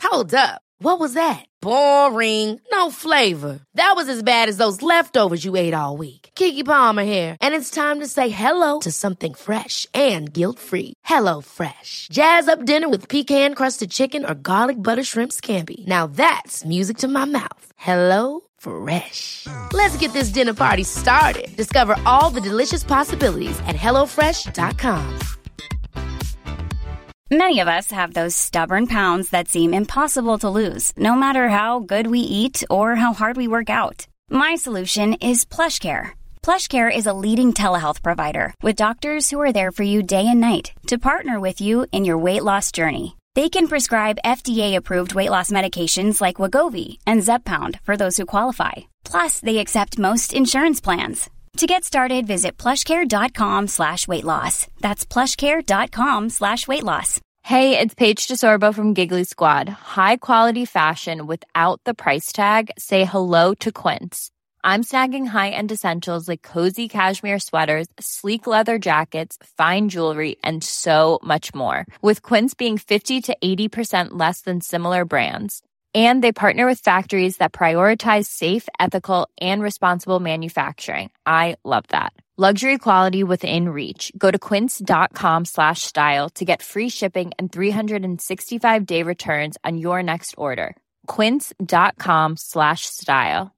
Hold up. What was that? Boring. No flavor. That was as bad as those leftovers you ate all week. Keke Palmer here, and it's time to say hello to something fresh and guilt-free. Hello Fresh. Jazz up dinner with pecan-crusted chicken or garlic butter shrimp scampi. Now that's music to my mouth. Hello Fresh. Let's get this dinner party started. Discover all the delicious possibilities at hellofresh.com. Many of us have those stubborn pounds that seem impossible to lose, no matter how good we eat or how hard we work out. My solution is PlushCare. PlushCare is a leading telehealth provider with doctors who are there for you day and night to partner with you in your weight loss journey. They can prescribe FDA-approved weight loss medications like Wegovy and Zepbound for those who qualify. Plus, they accept most insurance plans. To get started, visit plushcare.com/weightloss. That's plushcare.com/weightloss. Hey, it's Paige DeSorbo from Giggly Squad. High quality fashion without the price tag. Say hello to Quince. I'm snagging high-end essentials like cozy cashmere sweaters, sleek leather jackets, fine jewelry, and so much more. With Quince being 50 to 80% less than similar brands. And they partner with factories that prioritize safe, ethical, and responsible manufacturing. I love that. Luxury quality within reach. Go to quince.com/style to get free shipping and 365-day returns on your next order. Quince.com/style.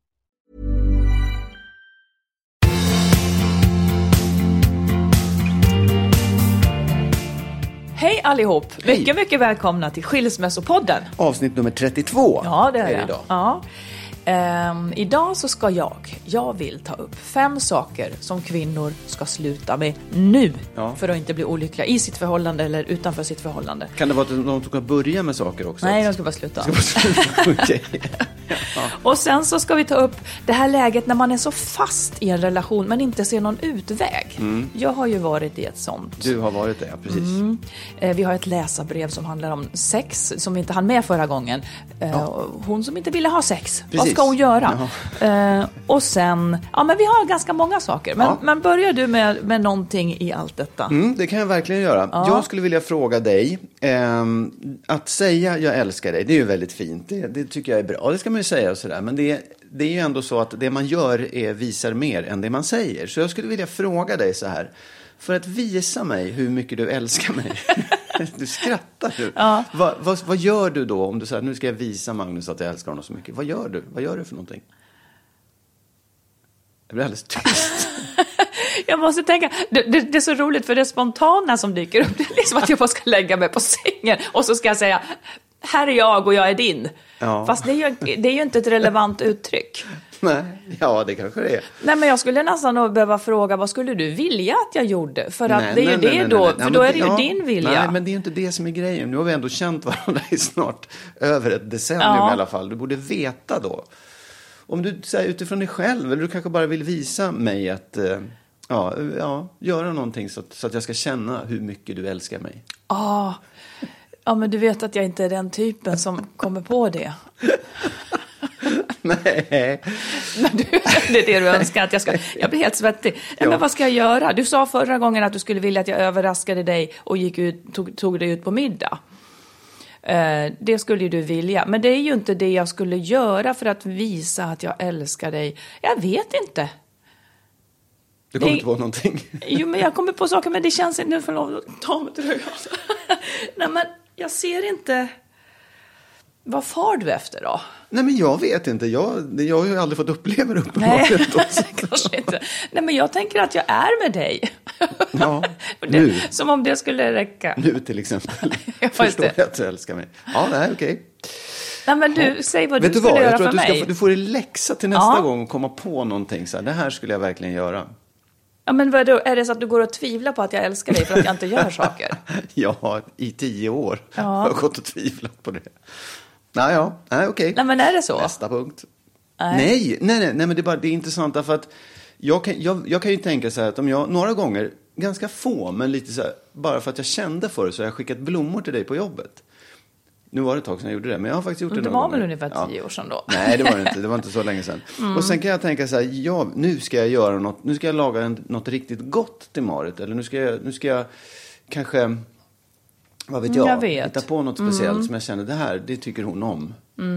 Hej allihop! Hej. Mycket välkomna till Skilsmässopodden. Avsnitt nummer 32. Ja, det är det. Idag. Ja. Idag så ska jag vill ta upp 5 saker som kvinnor ska sluta med nu för att inte bli olyckliga i sitt förhållande eller utanför sitt förhållande. Kan det vara att de ska börja med saker också? Nej, de ska bara sluta. Okay. Och sen så ska vi ta upp det här läget när man är så fast i en relation men inte ser någon utväg. Jag har ju varit i ett sånt. Du har varit det, ja, precis. Vi har ett läsarbrev som handlar om sex som vi inte hann med förra gången. Hon som inte ville ha sex. Precis. Vad ska hon göra? Och sen, men vi har ganska många saker. Men börjar du med någonting i allt detta? Det kan jag verkligen göra. Jag skulle vilja fråga dig, att säga jag älskar dig, det är ju väldigt fint. Det tycker jag är bra. Det ska man ju säga och sådär. Men det är ju ändå så att det man gör visar mer än det man säger. Så jag skulle vilja fråga dig så här. För att visa mig hur mycket du älskar mig. Du skrattar du. Ja. Vad gör du då om du säger nu ska jag visa Magnus att jag älskar honom så mycket? Vad gör du? Vad gör du för någonting? Jag blir alldeles tyst. Jag måste tänka, det är så roligt för det spontana som dyker upp. Det är liksom att jag bara ska lägga mig på sängen och så ska jag säga här är jag och jag är din. Ja. Fast det är ju inte ett relevant uttryck. Nej, ja det kanske det är. Nej, men jag skulle nästan nog behöva fråga vad skulle du vilja att jag gjorde? För att det är ju det då, för då är det ju din vilja. Nej, men det är ju inte det som är grejen. Nu har vi ändå känt varandra i snart över ett decennium i alla fall. Du borde veta då. Om du säger utifrån dig själv, eller du kanske bara vill visa mig att göra någonting så att jag ska känna hur mycket du älskar mig. Ja, men du vet att jag inte är den typen som kommer på det. Nej. Men det är det du önskar att jag ska. Jag blir helt svettig. Nej, men vad ska jag göra? Du sa förra gången att du skulle vilja att jag överraskade dig och gick ut, tog dig ut på middag. Det skulle ju du vilja. Men det är ju inte det jag skulle göra för att visa att jag älskar dig. Jag vet inte. Du kommer inte på någonting? Jo, men jag kommer på saker, men det känns inte. Nu får jag ta mig tröjan. Nej, men jag ser inte. Vad far du efter då? Nej, men jag vet inte. Jag har ju aldrig fått uppleva det uppenbarligen. Nej, kanske inte. Nej, men jag tänker att jag är med dig. Ja, nu. Som om det skulle räcka. Nu till exempel. Jag förstår att du älskar mig. Ja, nej, okej. Nej, men du, säg vad du skulle göra för mig. Du får läxa till nästa gång och komma på någonting. Så här, det här skulle jag verkligen göra. Ja, men vadå, är det så att du går och tvivlar på att jag älskar dig för att jag inte gör saker? Ja, i 10 år har jag gått och tvivlat på det. Nej, okej. Nej, men är det så? Nästa punkt. Nej, men det är intressant därför att jag kan ju tänka så här att om jag några gånger, ganska få, men lite så här, bara för att jag kände för det så har jag skickat blommor till dig på jobbet. Nu var det ett tag sedan jag gjorde det, men jag har faktiskt gjort det några gånger. Det var väl ungefär 10 år sedan då? Nej, det var det inte. Det var inte så länge sedan. Och sen kan jag tänka så här, nu ska jag göra något. Nu ska jag laga något riktigt gott till Marit. Eller nu ska jag kanske Vad vet jag? Jag vet. Hitta på något speciellt som jag känner, det tycker hon om.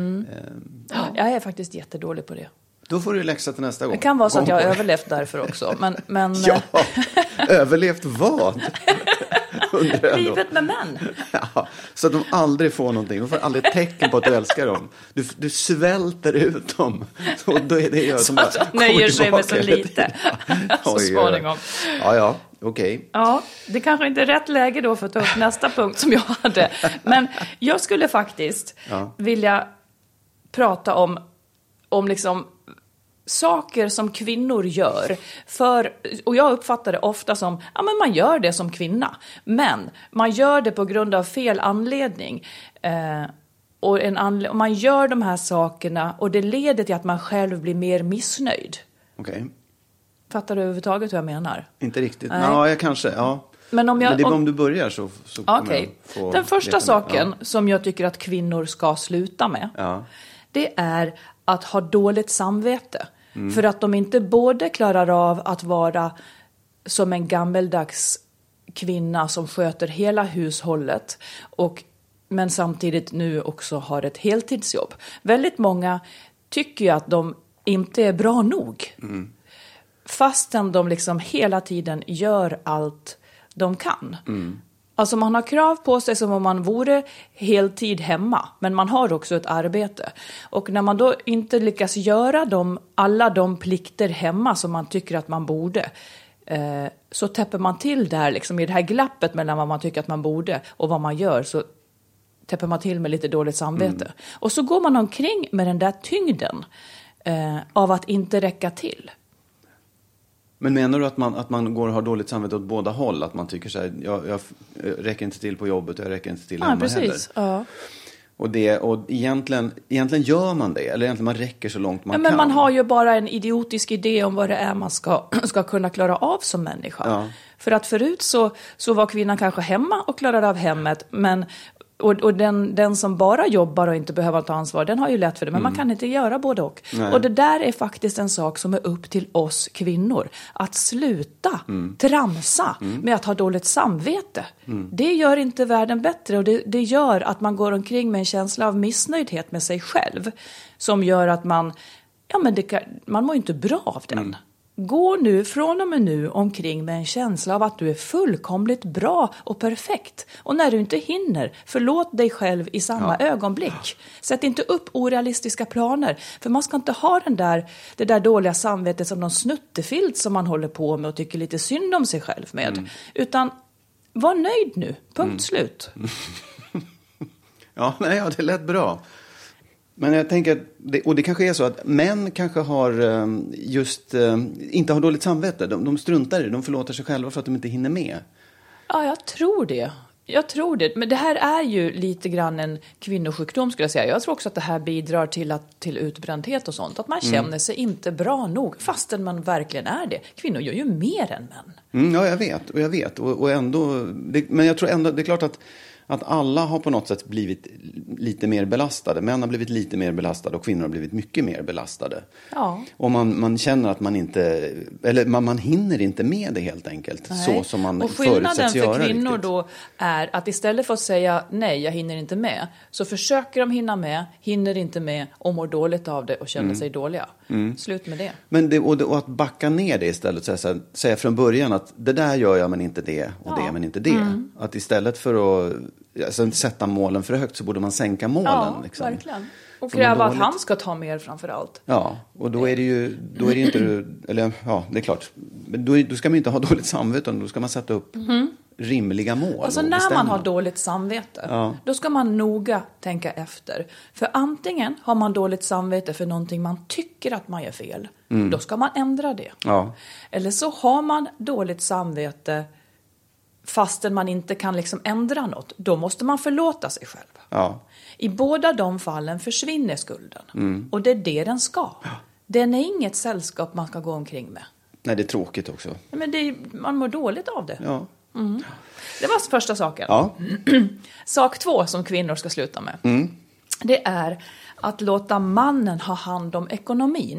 Jag är faktiskt jättedålig på det. Då får du läxa till nästa gång. Det kan vara så att jag har överlevt därför också. Men Ja, överlevt vad? livet med män. Ja, så att de aldrig får någonting. De får aldrig tecken på att du älskar dem. Du svälter ut dem. Och då är det så att de nöjer sig med så lite. Så småningom. Ja, okej. Ja, det kanske inte är rätt läge då för att ta upp nästa punkt som jag hade. Men jag skulle faktiskt vilja prata om liksom saker som kvinnor gör. Och jag uppfattar det ofta som, men man gör det som kvinna. Men man gör det på grund av fel anledning. Och man gör de här sakerna och det leder till att man själv blir mer missnöjd. Okej. Fattar du överhuvudtaget vad jag menar? Inte riktigt. Ja, jag kanske, ja. Men om du börjar så kommer jag få... Den första saken som jag tycker att kvinnor ska sluta med, det är att ha dåligt samvete. För att de inte både klarar av att vara som en gammeldags kvinna som sköter hela hushållet men samtidigt nu också har ett heltidsjobb. Väldigt många tycker ju att de inte är bra nog. Fastän de liksom hela tiden gör allt de kan. Alltså man har krav på sig som om man vore heltid hemma. Men man har också ett arbete. Och när man då inte lyckas göra alla de plikter hemma som man tycker att man borde. Så täpper man till där liksom, i det här glappet mellan vad man tycker att man borde och vad man gör. Så täpper man till med lite dåligt samvete. Och så går man omkring med den där tyngden av att inte räcka till. Men menar du att man går och har dåligt samvete åt båda håll? Att man tycker så här, jag räcker inte till på jobbet och jag räcker inte till hemma precis. heller? Ja. Och egentligen gör man det? Eller egentligen man räcker så långt man kan? Men man har ju bara en idiotisk idé om vad det är man ska kunna klara av som människa. Ja. För att förut så var kvinnan kanske hemma och klarade av hemmet, men... Och den som bara jobbar och inte behöver ta ansvar, den har ju lätt för det. Men man kan inte göra både och. Nej. Och det där är faktiskt en sak som är upp till oss kvinnor. Att sluta tramsa med att ha dåligt samvete. Det gör inte världen bättre. Och det gör att man går omkring med en känsla av missnöjdhet med sig själv. Som gör att man mår inte bra av den. Gå nu från och med nu omkring med en känsla av att du är fullkomligt bra och perfekt. Och när du inte hinner, förlåt dig själv i samma ögonblick. Sätt inte upp orealistiska planer. För man ska inte ha det där dåliga samvetet som någon snuttefilt som man håller på med och tycker lite synd om sig själv med. Utan var nöjd nu, punkt slut. Det lät bra. Men jag tänker, och det kanske är så att män kanske har inte har dåligt samvete. De struntar i det, de förlåter sig själva för att de inte hinner med. Ja, jag tror det. Men det här är ju lite grann en kvinnosjukdom skulle jag säga. Jag tror också att det här bidrar till utbrändhet och sånt. Att man känner sig inte bra nog, fastän man verkligen är det. Kvinnor gör ju mer än män. Ja, jag vet. Och ändå, men jag tror ändå, det är klart att alla har på något sätt blivit lite mer belastade. Män har blivit lite mer belastade och kvinnor har blivit mycket mer belastade. Ja. Och man känner att man inte, eller man hinner inte med det helt enkelt. Nej. Så som man förutsätts göra. Och skillnaden för kvinnor då är att istället för att säga nej, jag hinner inte med, så försöker de hinna med, hinner inte med och mår dåligt av det och känner sig dåliga. Slut med det. Men och att backa ner det istället, säga från början att det där gör jag men inte det och det men inte det. Att istället för att sätta målen för högt så borde man sänka målen. Ja, liksom. Verkligen. Och kräva att han ska ta mer framför allt. Ja, och då är det ju inte, eller ja, det är klart. Men då ska man inte ha dåligt samvete, utan då ska man sätta upp rimliga mål. Alltså när man har dåligt samvete, då ska man noga tänka efter. För antingen har man dåligt samvete för någonting man tycker att man gör fel. Då ska man ändra det. Ja. Eller så har man dåligt samvete fastän man inte kan liksom ändra något. Då måste man förlåta sig själv. Ja. I båda de fallen försvinner skulden. Och det är det den ska. Ja. Den är inget sällskap man ska gå omkring med. Nej, det är tråkigt också. Men man mår dåligt av det. Ja. Det var första saken. Ja. Sak 2 som kvinnor ska sluta med. Det är att låta mannen ha hand om ekonomin.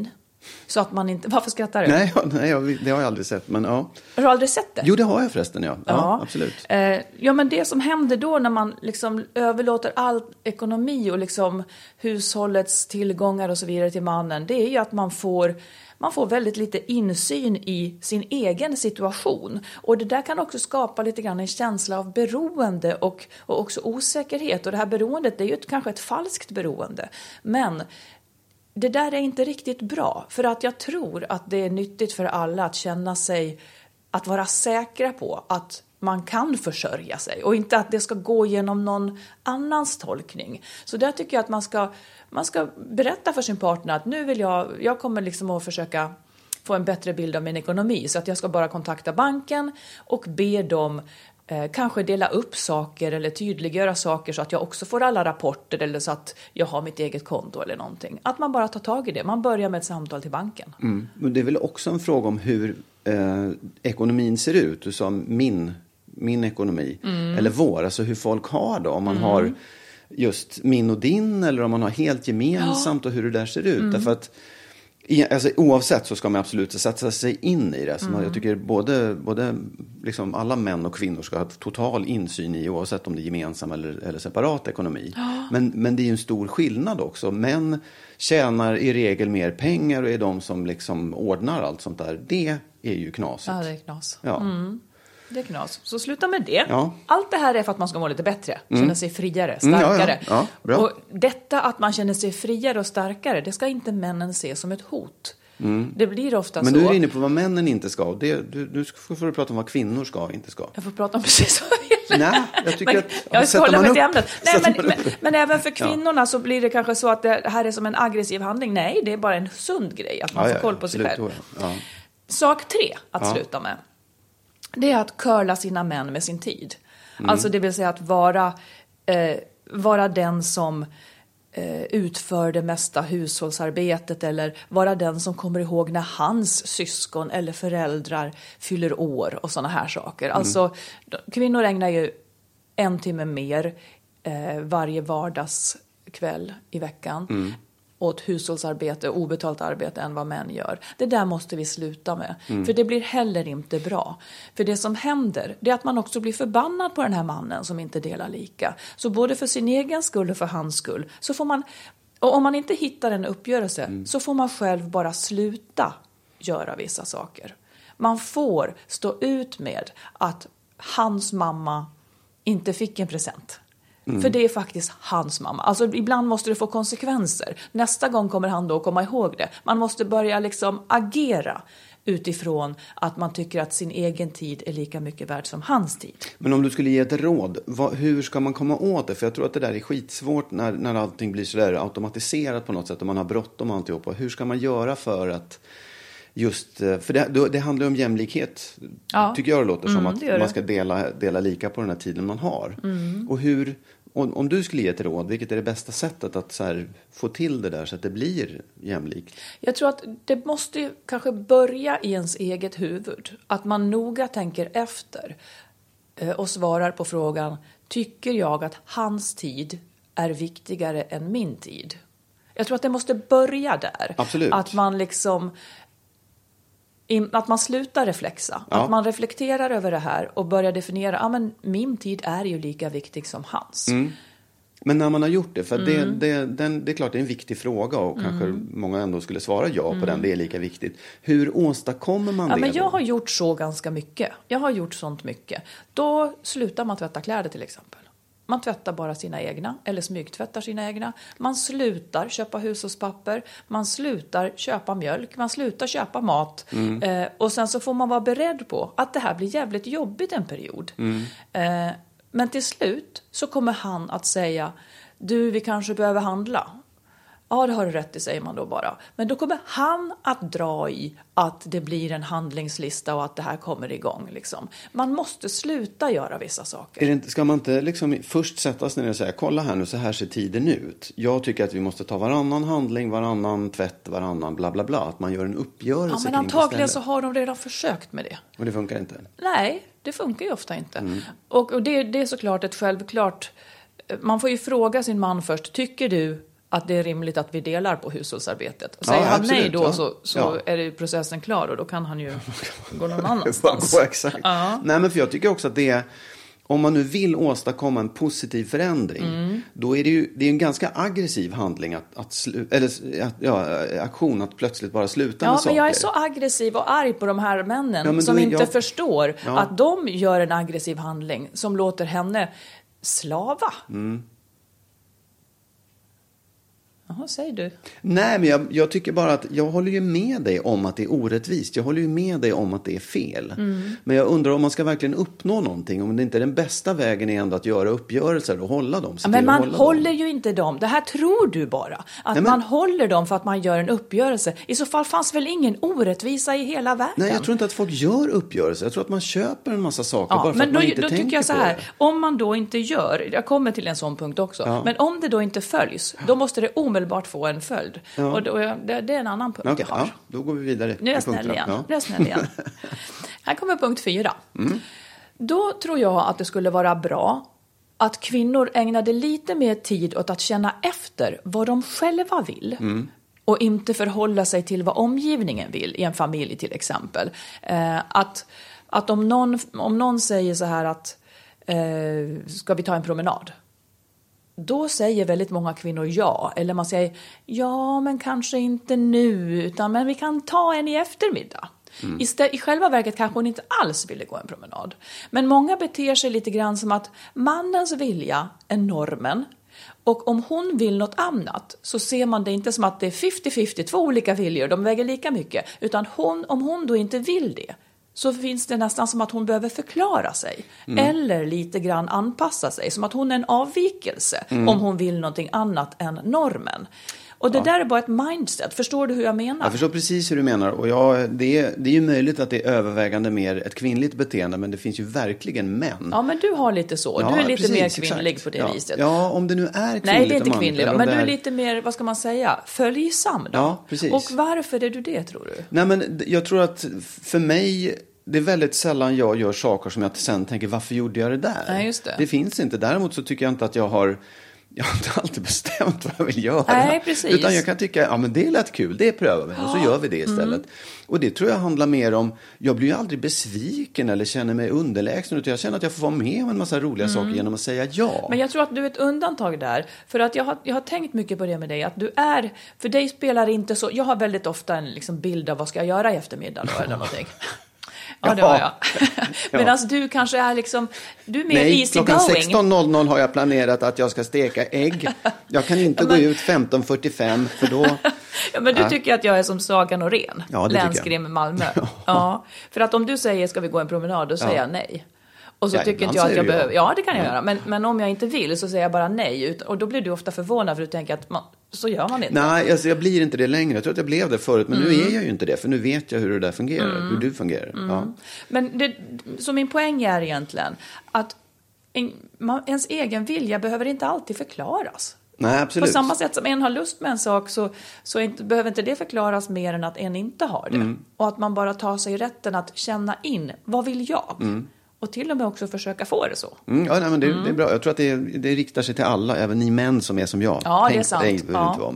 Så att man inte... Varför skrattar du? Nej, det har jag aldrig sett. Men, ja. Har du aldrig sett det? Jo, det har jag förresten, ja. Ja, absolut. Ja, men det som händer då när man liksom överlåter all ekonomi och liksom hushållets tillgångar och så vidare till mannen, det är ju att man får väldigt lite insyn i sin egen situation. Och det där kan också skapa lite grann en känsla av beroende och också osäkerhet. Och det här beroendet, det är ju kanske ett falskt beroende. Men det där är inte riktigt bra. För att jag tror att det är nyttigt för alla att känna sig, att vara säkra på att man kan försörja sig. Och inte att det ska gå genom någon annans tolkning. Så där tycker jag att man ska berätta för sin partner att nu vill jag kommer liksom att försöka få en bättre bild av min ekonomi. Så att jag ska bara kontakta banken och be dem kanske dela upp saker eller tydliggöra saker så att jag också får alla rapporter eller så att jag har mitt eget konto eller någonting. Att man bara tar tag i det. Man börjar med ett samtal till banken. Men det är väl också en fråga om hur ekonomin ser ut. Du sa min ekonomi eller vår. Alltså hur folk har det. Om man har just min och din eller om man har helt gemensamt och hur det där ser ut. Därför att alltså, oavsett så ska man absolut sätta sig in i det. Så jag tycker både liksom alla män och kvinnor ska ha total insyn i, oavsett om det är gemensam eller separat ekonomi. Men det är ju en stor skillnad också. Män tjänar i regel mer pengar och är de som liksom ordnar allt sånt där. Det är ju knasigt. Ja, det är knas. Ja. Det är knas. Så sluta med det. Ja. Allt det här är för att man ska må lite bättre. Känna sig friare, starkare. Ja, bra. Och detta att man känner sig friare och starkare, det ska inte männen se som ett hot. Det blir ofta Men så. du är inne på vad männen inte ska. Nu får du prata om vad kvinnor ska och inte ska. Jag får prata om precis vad jag vill. Nej, jag tycker att... Jag ska hålla mig till ämnet. Nej, men även för kvinnorna så blir det kanske så att det här är som en aggressiv handling. Nej, det är bara en sund grej att man får koll på sig själv. Ja. Sak 3 att sluta med. Det är att curla sina män med sin tid. Alltså det vill säga att vara den som utför det mesta hushållsarbetet eller vara den som kommer ihåg när hans syskon eller föräldrar fyller år och såna här saker. Alltså kvinnor ägnar ju 1 timme mer varje vardagskväll i veckan åt hushållsarbete och obetalt arbete än vad män gör. Det där måste vi sluta med. För det blir heller inte bra. För det som händer, det är att man också blir förbannad på den här mannen som inte delar lika. Så både för sin egen skull och för hans skull så får man, och om man inte hittar en uppgörelse så får man själv bara sluta göra vissa saker. Man får stå ut med att hans mamma inte fick en present. För det är faktiskt hans mamma. Alltså ibland måste det få konsekvenser. Nästa gång kommer han då komma ihåg det. Man måste börja liksom agera utifrån att man tycker att sin egen tid är lika mycket värd som hans tid. Men om du skulle ge ett råd, hur ska man komma åt det? För jag tror att det där är skitsvårt när allting blir så där automatiserat på något sätt och man har bråttom och alltihopa. Hur ska man göra för att just, för det handlar om jämlikhet, tycker jag det låter som att man ska dela lika på den här tiden man har. Och om du skulle ge ett råd, vilket är det bästa sättet att så här, få till det där så att det blir jämlikt? Jag tror att det måste ju kanske börja i ens eget huvud. Att man noga tänker efter och svarar på frågan, tycker jag att hans tid är viktigare än min tid? Jag tror att det måste börja där. Absolut. Att man liksom... Att man slutar reflexa. Att man reflekterar över det här och börjar definiera, men min tid är ju lika viktig som hans. Men när man har gjort det, för det är klart det är en viktig fråga och kanske många ändå skulle svara ja på den, det är lika viktigt. Hur åstadkommer man det? Men jag har gjort så ganska mycket. Jag har gjort sånt mycket. Då slutar man tvätta kläder till exempel. Man tvättar bara sina egna eller smygtvättar sina egna. Man slutar köpa hushållspapper. Man slutar köpa mjölk. Man slutar köpa mat. Och sen så får man vara beredd på att det här blir jävligt jobbigt en period. Men till slut så kommer han att säga, du, vi kanske behöver handla. Ja, det har du rätt i, säger man då bara. Men då kommer han att dra i att det blir en handlingslista och att det här kommer igång. Liksom. Man måste sluta göra vissa saker. Ska man inte liksom först sätta sig ner och säga, kolla här nu, så här ser tiden ut. Jag tycker att vi måste ta varannan handling, varannan tvätt, varannan bla bla bla. Att man gör en uppgörelse. Ja, men antagligen så har de redan försökt med det. Och det funkar inte? Nej, det funkar ju ofta inte. Och det är såklart ett självklart... Man får ju fråga sin man först, tycker du att det är rimligt att vi delar på hushållsarbetet. Säger han nej då så är det processen klar och då kan han ju gå någon annanstans. Exakt. Nej, men för jag tycker också att det är, om man nu vill åstadkomma en positiv förändring, då är det är en ganska aggressiv handling aktion att plötsligt bara sluta med saker. Ja, men jag är så aggressiv och arg på de här männen som inte förstår att de gör en aggressiv handling som låter henne slava. Jaha, säger du? Nej, men jag tycker bara att jag håller ju med dig om att det är orättvist. Jag håller ju med dig om att det är fel. Men jag undrar om man ska verkligen uppnå någonting. Om det inte är den bästa vägen är ändå att göra uppgörelser och hålla dem. Men man håller ju inte dem. Det här tror du bara. Man håller dem för att man gör en uppgörelse. I så fall fanns väl ingen orättvisa i hela världen? Nej, jag tror inte att folk gör uppgörelser. Jag tror att man köper en massa saker bara för att man inte tänker på det. Men då tycker jag så här. Om man då inte gör, jag kommer till en sån punkt också. Men om det då inte följs, då måste det omedelbart få en följd. Och det är en annan punkt jag har. Ja, då går vi vidare. Nu är jag snäll igen. Här kommer punkt 4. Då tror jag att det skulle vara bra att kvinnor ägnade lite mer tid åt att känna efter vad de själva vill. Och inte förhålla sig till vad omgivningen vill i en familj till exempel. Att om någon säger så här att ska vi ta en promenad? Då säger väldigt många kvinnor ja. Eller man säger ja, men kanske inte nu, men vi kan ta en i eftermiddag. I själva verket kanske hon inte alls ville gå en promenad. Men många beter sig lite grann som att mannens vilja är normen. Och om hon vill något annat så ser man det inte som att det är 50-50, 2 olika viljor, de väger lika mycket. Utan om hon då inte vill det, så finns det nästan som att hon behöver förklara sig. Eller lite grann anpassa sig. Som att hon är en avvikelse om hon vill någonting annat än normen. Och det där är bara ett mindset. Förstår du hur jag menar? Jag förstår precis hur du menar. Och det är ju möjligt att det är övervägande mer ett kvinnligt beteende. Men det finns ju verkligen män. Ja, men du har lite så. Du är lite mer kvinnlig på det viset. Ja, om det nu är kvinnligt. Nej, det är inte kvinnlig då. Men du är lite mer, vad ska man säga, följsam då. Ja, precis. Och varför är du det, tror du? Nej, men jag tror att för mig, det är väldigt sällan jag gör saker som jag sen tänker, varför gjorde jag det där? Nej, just det. Det finns inte. Däremot så tycker jag inte att jag har inte alltid bestämt vad jag vill göra. Nej, precis. Utan jag kan tycka, ja men det är lätt kul, det prövar vi. Och så gör vi det istället. Och det tror jag handlar mer om, jag blir ju aldrig besviken eller känner mig underlägsen. Utan jag känner att jag får vara med om en massa roliga saker genom att säga ja. Men jag tror att du är ett undantag där. För att jag har tänkt mycket på det med dig. Att du är, för dig spelar inte så, jag har väldigt ofta en liksom bild av vad ska jag göra i eftermiddag då, eller någonting. Ja, det har jag. Men alltså du kanske är liksom, du är mer easy going. Nej, klockan 16.00 har jag planerat att jag ska steka ägg. Jag kan inte gå ut 15.45 för då... Ja, men du tycker att jag är som Sagan och Ren, länskrim i Malmö. Ja, för att om du säger ska vi gå en promenad, då säger jag nej. Och så tycker inte jag att jag behöver... Ja, det kan jag göra. Men om jag inte vill så säger jag bara nej. Och då blir du ofta förvånad för du tänker att så gör man inte. Nej, alltså jag blir inte det längre. Jag tror att jag blev det förut. Men nu är jag ju inte det. För nu vet jag hur det där fungerar. Hur du fungerar. Ja. Men så min poäng är egentligen att ens egen vilja behöver inte alltid förklaras. Nej, absolut. På samma sätt som en har lust med en sak så behöver inte det förklaras mer än att en inte har det. Och att man bara tar sig rätten att känna in, vad vill jag? Och till och med också försöka få det så. Ja, nej, men det är bra. Jag tror att det riktar sig till alla, även ni män som är som jag. Ja, det är sant. Det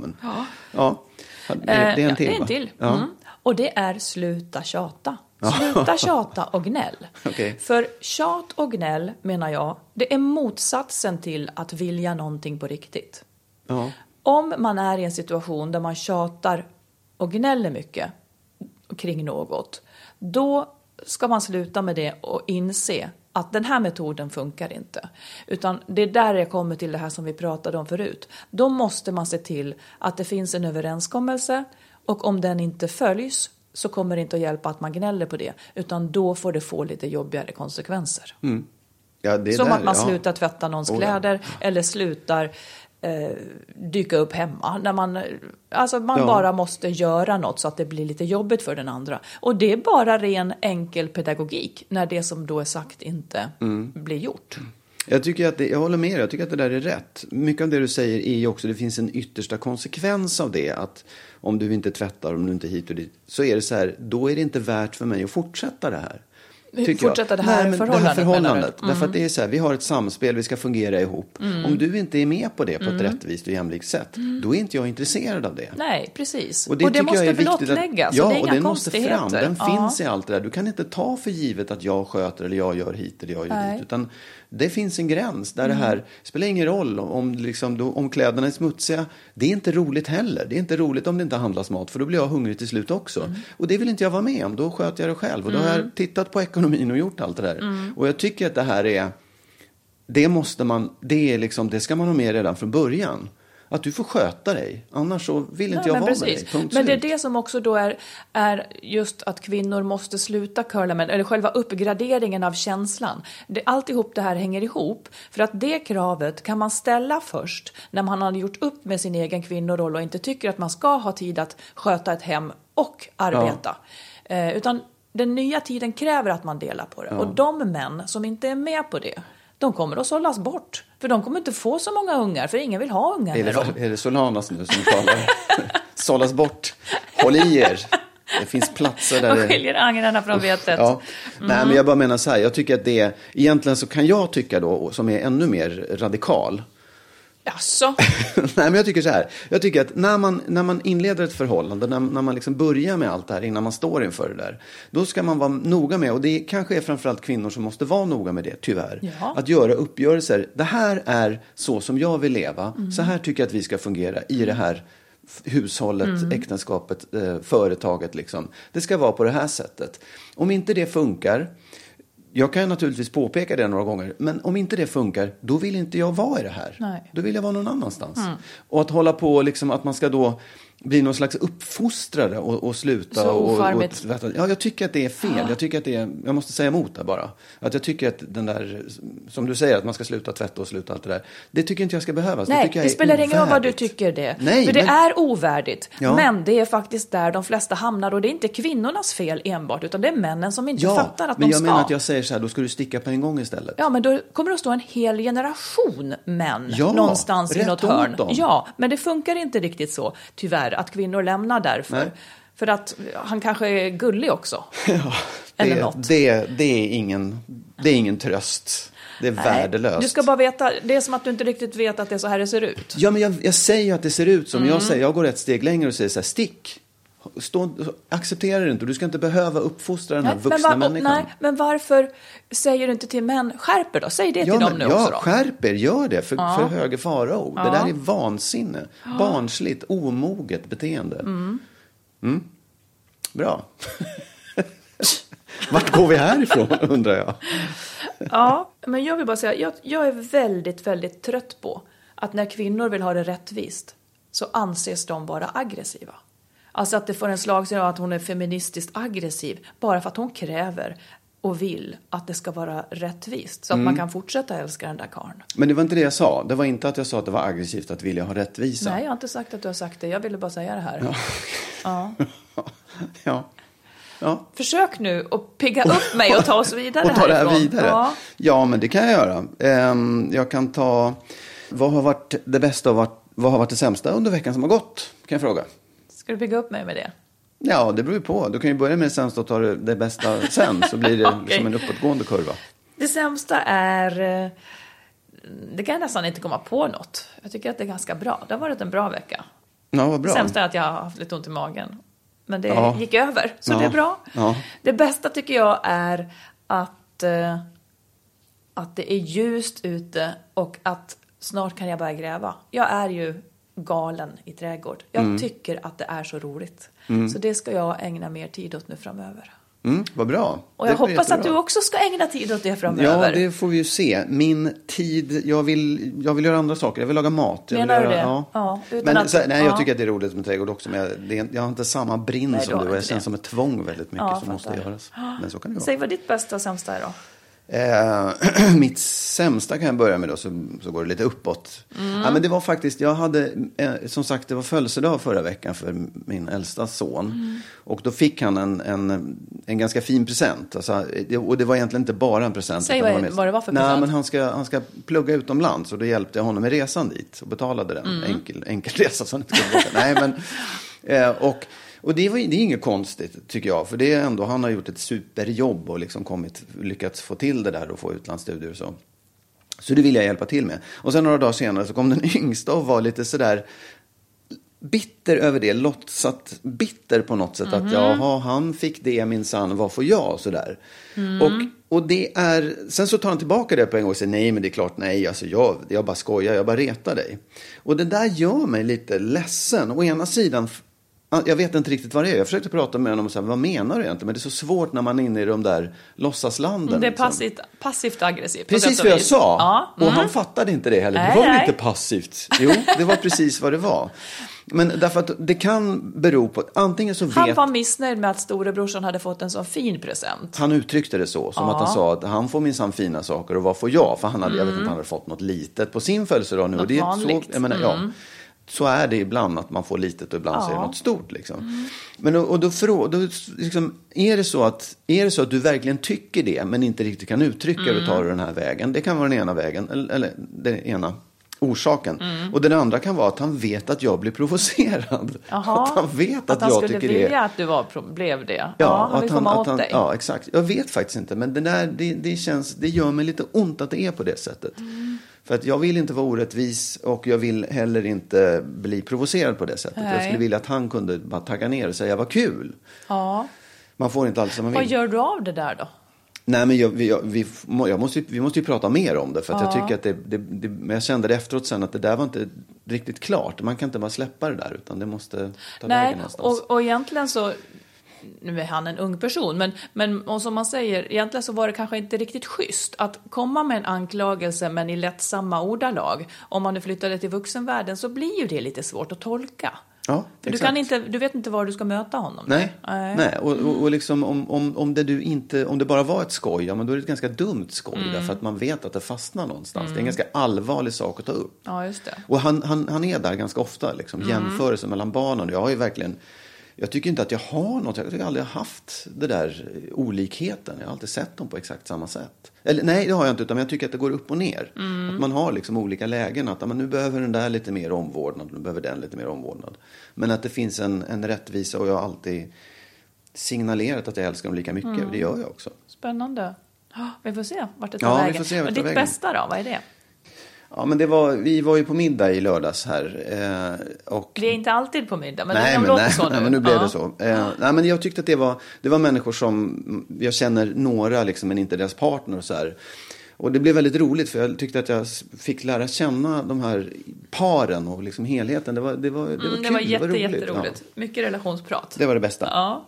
är en till. Det är en till. Och det är sluta tjata. Sluta tjata och gnäll. Okay. För tjat och gnäll, menar jag, det är motsatsen till att vilja någonting på riktigt. Ja. Om man är i en situation där man tjatar och gnäller mycket kring något, då ska man sluta med det och inse att den här metoden funkar inte. Utan det är där jag kommer till det här som vi pratade om förut. Då måste man se till att det finns en överenskommelse, och om den inte följs så kommer det inte att hjälpa att man gnäller på det. Utan då får det få lite jobbigare konsekvenser. Ja, det är som där, att man slutar tvätta någons kläder eller slutar dyka upp hemma. När man bara måste göra något så att det blir lite jobbigt för den andra. Och det är bara ren enkel pedagogik när det som då är sagt inte blir gjort. Jag tycker att jag håller med dig. Jag tycker att det där är rätt. Mycket av det du säger är ju också, det finns en yttersta konsekvens av det. Att om du inte tvättar, om du inte hit och dit, så är det så här, då är det inte värt för mig att fortsätta det här. Fortsätta det här förhållandet. Därför att det är så här, vi har ett samspel, vi ska fungera ihop. Om du inte är med på det på ett rättvist och jämlikt sätt, då är inte jag intresserad av det. Nej, precis. Och det måste blottläggas. Ja, det är och inga det måste fram. Den Ja. finns i allt det där. Du kan inte ta för givet att jag sköter eller jag gör hit eller jag gör dit. Utan det finns en gräns där det här spelar ingen roll om kläderna är smutsiga. Det är inte roligt heller. Det är inte roligt om det inte handlas mat, för då blir jag hungrig till slut också. Och det vill inte jag vara med om. Då sköter jag det själv. Och då har jag tittat på ekonomin och gjort allt det där. Och jag tycker att det här är... Det ska man ha med redan från början. Att du får sköta dig. Annars så vill inte jag vara med dig. Men det är det som också då är just att kvinnor måste sluta curla med, eller själva uppgraderingen av känslan. Alltihop det här hänger ihop. För att det kravet kan man ställa först när man har gjort upp med sin egen kvinnoroll och inte tycker att man ska ha tid att sköta ett hem och arbeta. Utan den nya tiden kräver att man delar på det. Och de män som inte är med på det, de kommer att sållas bort. För de kommer inte få så många ungar, för ingen vill ha ungar med dem. Är det Solanas nu som talar? Sållas bort. Håll i er. Det finns platser där... Man skiljer agnarna från vetet. Ja. Nej, men jag bara menar så här. Jag tycker att det... Egentligen så kan jag tycka då, som är ännu mer radikal... Jaså? Nej, men jag tycker så här. Jag tycker att när man inleder ett förhållande, när man liksom börjar med allt det här innan man står inför det där, då ska man vara noga med, och det kanske är framförallt kvinnor som måste vara noga med det, tyvärr. Ja. Att göra uppgörelser. Det här är så som jag vill leva. Så här tycker jag att vi ska fungera i det här hushållet, äktenskapet, företaget liksom. Det ska vara på det här sättet. Om inte det funkar, jag kan naturligtvis påpeka det några gånger, men om inte det funkar, då vill inte jag vara i det här. Nej. Då vill jag vara någon annanstans. Och att hålla på liksom, att man ska då bli någon slags uppfostrare och sluta. Så ofarligt. Ja, jag tycker att det är fel. Jag tycker att jag måste säga emot det bara. Att jag tycker att den där, som du säger, att man ska sluta tvätta och sluta allt det där. Det tycker inte jag ska behövas. Nej, det spelar ingen roll vad du tycker det. Nej, för det är ovärdigt. Ja. Men det är faktiskt där de flesta hamnar. Och det är inte kvinnornas fel enbart, utan det är männen som inte fattar att de ska. Men jag menar att jag säger så här, då ska du sticka på en gång istället. Ja, men då kommer det att stå en hel generation män någonstans i något hörn. Ja, men det funkar inte riktigt så, tyvärr, att kvinnor lämnar därför. Nej. För att han kanske är gullig också. Ja, eller något. Det är ingen tröst. Det är värdelöst. Du ska bara veta, det är som att du inte riktigt vet att det är så här det ser ut. Ja, men jag säger ju att det ser ut som jag går ett steg längre och säger så här, stick. Acceptera det inte. Du ska inte behöva uppfostra den här vuxna människan. Nej, men varför säger du inte till män, skärper då? Säg det till dem nu också då. Ja, skärper, gör det för höger farao. Det där är vansinne. Barnsligt, omoget beteende. Bra. Vart går vi härifrån, undrar jag. Ja, men jag vill bara säga, jag är väldigt, väldigt trött på att när kvinnor vill ha det rättvist så anses de vara aggressiva. Alltså att det får en slagsida av att hon är feministiskt aggressiv bara för att hon kräver och vill att det ska vara rättvist. Så att man kan fortsätta älska den där karln. Men det var inte det jag sa. Det var inte att jag sa att det var aggressivt att vilja ha rättvisa. Nej, jag har inte sagt att du har sagt det. Jag ville bara säga det här. Ja. Försök nu att pigga upp mig och ta oss vidare och ta det här härifrån. vidare. Ja, men det kan jag göra. Jag kan ta... Vad har varit det bästa och vad har varit det sämsta under veckan som har gått? Kan jag fråga. Ska du pigga upp mig med det? Ja, det beror ju på. Du kan ju börja med det sämsta och ta det bästa sen. Så blir det som en uppåtgående kurva. Det sämsta är... Det kan jag nästan inte komma på något. Jag tycker att det är ganska bra. Det har varit en bra vecka. Ja, vad bra. Det sämsta är att jag har haft lite ont i magen. Men det gick över, så det är bra. Ja. Det bästa tycker jag är att det är ljust ute och att snart kan jag börja gräva. Jag är ju galen i trädgård. Jag tycker att det är så roligt. Så det ska jag ägna mer tid åt nu framöver. Vad bra. Och jag hoppas att du också ska ägna tid åt det framöver. Ja, det får vi ju se. Min tid, jag vill göra andra saker. Jag vill laga mat. Menar du det? Ja. Men jag tycker att det är roligt med trädgård också. Men jag har inte samma brinn som du. Jag känns som ett tvång väldigt mycket som måste göras. Men så kan det vara. Säg vad ditt bästa och sämsta är då. Mitt sämsta kan jag börja med då, så går det lite uppåt. Ja, men det var faktiskt, jag hade som sagt, det var födelsedag förra veckan för min äldsta son. Och då fick han en ganska fin present. Alltså, och det var egentligen inte bara en present. Säg vad det var för present. Nej, men han ska plugga utomlands, och då hjälpte jag honom med resan dit och betalade den. Enkel resa så han inte skulle åka. Nej, men och Och det är inget konstigt tycker jag. För det är ändå, han har gjort ett superjobb och liksom lyckats få till det där och få utlandsstudier och så. Så det vill jag hjälpa till med. Och sen några dagar senare så kom den yngsta och var lite sådär bitter över det. Låtsat bitter på något sätt. Att jaha, han fick det minsann, vad får jag? Sådär. Och det är, sen så tar han tillbaka det på en gång och säger nej, men det är klart nej. Alltså jag bara skojar, jag bara retar dig. Och det där gör mig lite ledsen. Å ena sidan, jag vet inte riktigt vad det är. Jag försökte prata med honom och säga, vad menar du egentligen? Men det är så svårt när man är inne i de där låtsaslanden. Det är passivt aggressivt. Precis vad jag sa. Och han fattade inte det heller. Det var väl inte passivt? Jo, det var precis vad det var. Men därför att det kan bero på, antingen så vet... Han var missnöjd med att storebrorsan hade fått en sån fin present. Han uttryckte det så, som att han sa att han får minsann fina saker och vad får jag? För han hade, jag vet inte, han hade fått något litet på sin födelsedag nu. Något och det är vanligt. Så, jag menar, ja, så är det ibland att man får litet och ibland så är det något stort liksom. Men och då liksom, är det så att du verkligen tycker det men inte riktigt kan uttrycka det och ta den här vägen. Det kan vara den ena vägen eller den ena orsaken. Och den andra kan vara att han vet att jag blir provocerad. Jaha. Att han vet att han jag skulle tycker vilja det. Att du blev det. Ja, han vill komma åt dig. Ja, exakt. Jag vet faktiskt inte. Men det gör mig lite ont att det är på det sättet. För att jag vill inte vara orättvis och jag vill heller inte bli provocerad på det sättet. Nej. Jag skulle vilja att han kunde bara tagga ner och säga vad kul. Ja. Man får inte allt som man vill. Vad gör du av det där då? Nej, men vi måste ju prata mer om det. För att jag tycker att men jag kände det efteråt sen att det där var inte riktigt klart. Man kan inte bara släppa det där utan det måste ta vägen någonstans. Och egentligen så, nu är han en ung person, men och som man säger, egentligen så var det kanske inte riktigt schysst att komma med en anklagelse men i lättsamma ordalag. Om man nu flyttade till vuxenvärlden så blir ju det lite svårt att tolka. Ja, för du vet inte var du ska möta honom. Nej. Och liksom om det bara var ett skoj, ja, men då är det ett ganska dumt skoj därför att man vet att det fastnar någonstans. Det är en ganska allvarlig sak att ta upp. Ja, just det. Och han är där ganska ofta liksom, jämförelse mellan barnen. Jag har ju verkligen, jag tycker inte att jag har något, jag tycker aldrig jag har haft det där olikheten. Jag har alltid sett dem på exakt samma sätt. Eller nej, det har jag inte, utan jag tycker att det går upp och ner. Att man har liksom olika lägen. Att nu behöver den där lite mer omvårdnad, nu behöver den lite mer omvårdnad. Men att det finns en rättvisa och jag har alltid signalerat att jag älskar dem lika mycket. Det gör jag också. Spännande. Vi får se vart det tar vägen. Vi får se vart och det tar ditt vägen. bästa då, vad är det? Ja, men vi var ju på middag i lördags här. Och Det är inte alltid på middag, men det låter så nu. Nej, men nu blev det så. Nej, men jag tyckte att det var människor som, jag känner några liksom, men inte deras partner och så här. Och det blev väldigt roligt för jag tyckte att jag fick lära känna de här paren och liksom helheten. Det var kul, det var jätteroligt. Ja. Mycket relationsprat. Det var det bästa. Ja.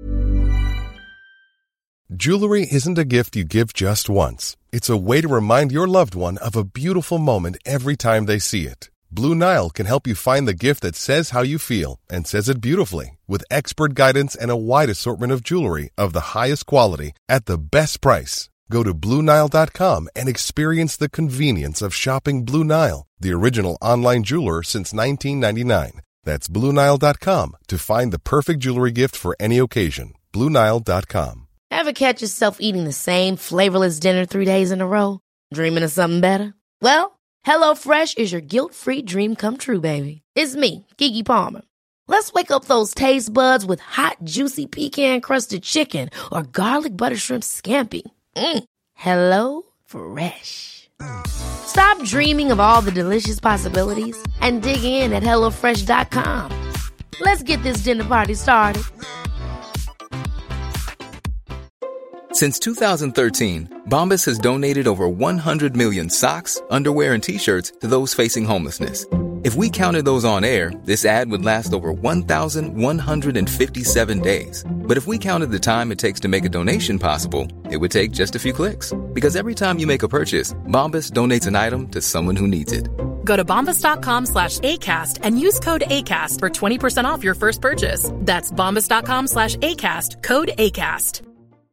Jewelry isn't a gift you give just once. It's a way to remind your loved one of a beautiful moment every time they see it. Blue Nile can help you find the gift that says how you feel and says it beautifully with expert guidance and a wide assortment of jewelry of the highest quality at the best price. Go to BlueNile.com and experience the convenience of shopping Blue Nile, the original online jeweler since 1999. That's BlueNile.com to find the perfect jewelry gift for any occasion. BlueNile.com. Ever catch yourself eating the same flavorless dinner 3 days in a row? Dreaming of something better? Well, HelloFresh is your guilt-free dream come true, baby. It's me, Keke Palmer. Let's wake up those taste buds with hot, juicy pecan-crusted chicken or garlic butter shrimp scampi. Hello Fresh. Stop dreaming of all the delicious possibilities and dig in at HelloFresh.com. Let's get this dinner party started. Since 2013, Bombas has donated over 100 million socks, underwear, and T-shirts to those facing homelessness. If we counted those on air, this ad would last over 1,157 days. But if we counted the time it takes to make a donation possible, it would take just a few clicks. Because every time you make a purchase, Bombas donates an item to someone who needs it. Go to bombas.com/ACAST and use code ACAST for 20% off your first purchase. That's bombas.com/ACAST, code ACAST.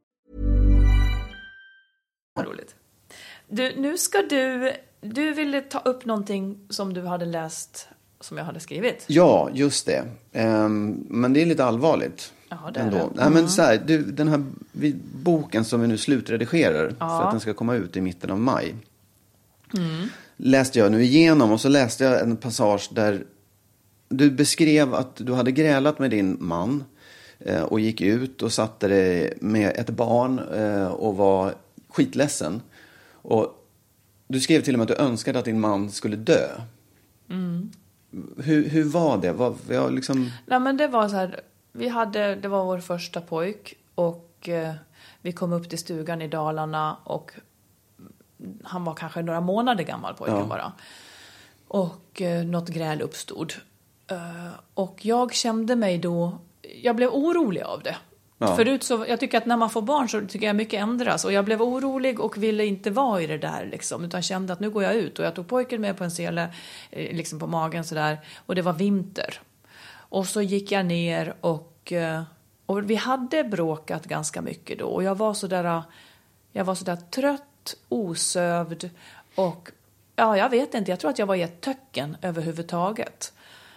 Roligt. Nu ska du ville ta upp någonting som du hade läst, som jag hade skrivit. Ja, just det. Men det är lite allvarligt. Ja, det ändå. är det. Nej, men så här, den här boken som vi nu slutredigerar för att den ska komma ut i mitten av maj. Läste jag nu igenom och så läste jag en passage där du beskrev att du hade grälat med din man och gick ut och satte dig med ett barn och var skitledsen. Och du skrev till och med att du önskade att din man skulle dö. Mm. Hur var det? Nej, men det var så här, det var vår första pojk och vi kom upp till stugan i Dalarna och han var kanske några månader gammal, pojken bara. Och något gräl uppstod. Och jag kände mig då, jag blev orolig av det. Ja. Förut så, jag tycker att när man får barn så tycker jag mycket ändras. Och jag blev orolig och ville inte vara i det där liksom. Utan kände att nu går jag ut. Och jag tog pojken med på en sele, liksom på magen sådär. Och det var vinter. Och så gick jag ner och vi hade bråkat ganska mycket då. Och jag var sådär trött, osövd. Och jag vet inte, jag tror att jag var i ett töcken överhuvudtaget.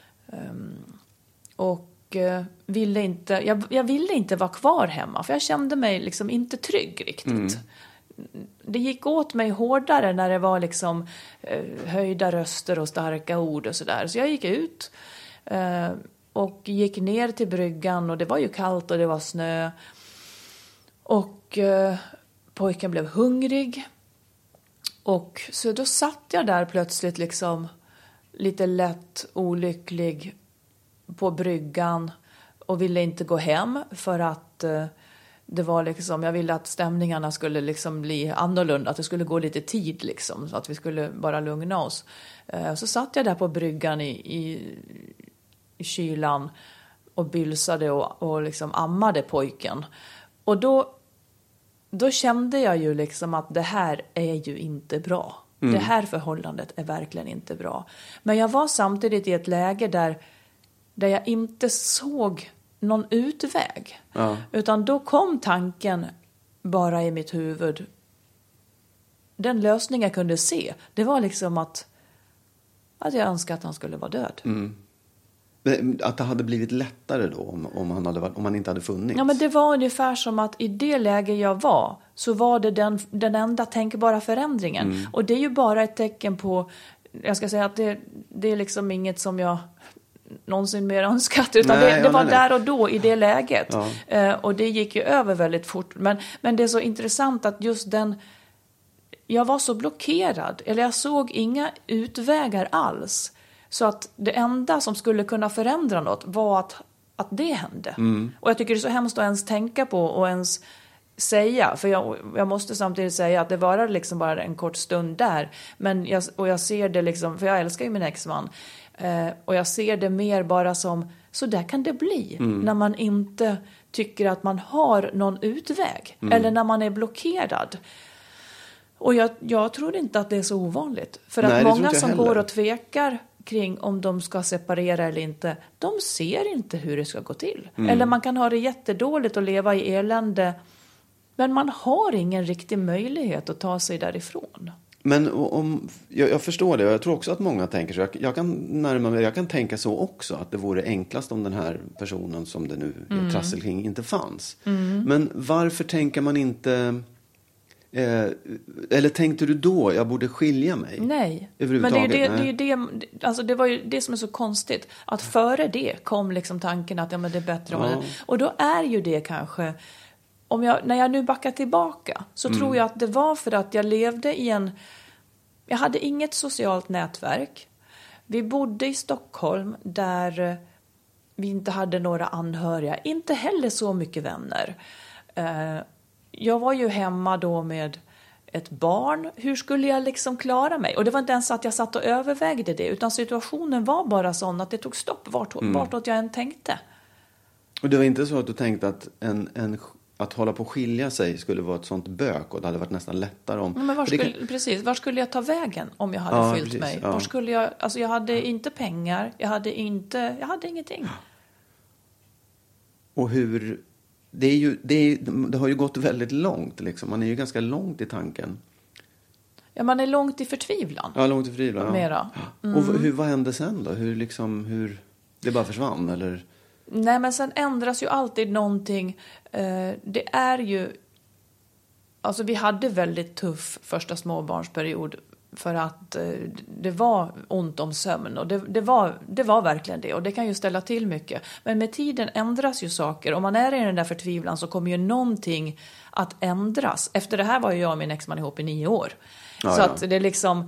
Jag ville inte vara kvar hemma, för jag kände mig liksom inte trygg riktigt. Det gick åt mig hårdare när det var liksom höjda röster och starka ord och sådär. Så jag gick ut och gick ner till bryggan och det var ju kallt och det var snö. Och pojken blev hungrig. Och så då satt jag där plötsligt liksom lite lätt olycklig på bryggan och ville inte gå hem för att det var liksom, jag ville att stämningarna skulle liksom bli annorlunda, att det skulle gå lite tid liksom, så att vi skulle bara lugna oss. Så satt jag där på bryggan i kylan och bylsade och liksom ammade pojken. Och då kände jag ju liksom att det här är ju inte bra. Det här förhållandet är verkligen inte bra. Men jag var samtidigt i ett läge där jag inte såg någon utväg. Ja. Utan då kom tanken bara i mitt huvud. Den lösning jag kunde se, det var liksom att jag önskade att han skulle vara död. Att det hade blivit lättare då om han inte hade funnits? Ja, men det var ungefär som att i det läge jag var så var det den enda tänkbara förändringen. Och det är ju bara ett tecken på, jag ska säga att det är liksom inget som jag någonsin mer önskat, utan det var där och då i det läget. Ja. Och det gick ju över väldigt fort. Men det är så intressant att just jag var så blockerad, eller jag såg inga utvägar alls. Så att det enda som skulle kunna förändra något var att det hände. Och jag tycker det är så hemskt att ens tänka på och ens säga. För jag måste samtidigt säga att det var liksom bara en kort stund där. Men jag ser det liksom, för jag älskar ju min exman. Och jag ser det mer bara som, så där kan det bli. När man inte tycker att man har någon utväg. Eller när man är blockerad. Och jag tror inte att det är så ovanligt. För att många som går och tvekar kring om de ska separera eller inte, de ser inte hur det ska gå till. Eller man kan ha det jättedåligt och leva i elände, men man har ingen riktig möjlighet att ta sig därifrån. Men jag förstår det, och jag tror också att många tänker så. Jag kan tänka så också, att det vore enklast om den här personen som det nu är trassel kring inte fanns. Men varför tänker man inte... eller tänkte du då jag borde skilja mig? Nej, men det var ju det som är så konstigt, att före det kom liksom tanken att men det är bättre och då är ju det kanske, när jag nu backar tillbaka så tror jag att det var för att jag levde jag hade inget socialt nätverk. Vi bodde i Stockholm där vi inte hade några anhöriga, inte heller så mycket vänner. Jag var ju hemma då med ett barn. Hur skulle jag liksom klara mig? Och det var inte ens att jag satt och övervägde det, utan situationen var bara sån att det tog stopp vartåt jag än tänkte. Och det var inte så att du tänkte att att hålla på att skilja sig skulle vara ett sånt bök, och det hade varit nästan lättare om... Men var skulle jag ta vägen om jag hade skilt mig? Ja. Var skulle jag... Alltså jag hade inte pengar, jag hade ingenting. Och hur... Det har ju gått väldigt långt liksom. Man är ju ganska långt i tanken. Ja, man är långt i förtvivlan. Ja, långt i förtvivlan. Mera. Och vad hände sen då? Hur det bara försvann eller? Nej, men sen ändras ju alltid någonting. Det är ju... Alltså vi hade väldigt tuff första småbarnsperiod. för att det var ont om sömn. Och det var verkligen det. Och det kan ju ställa till mycket. Men med tiden ändras ju saker. Om man är i den där förtvivlan så kommer ju någonting att ändras. Efter det här var ju jag och min exman ihop i 9 år. Ja, så att det är liksom...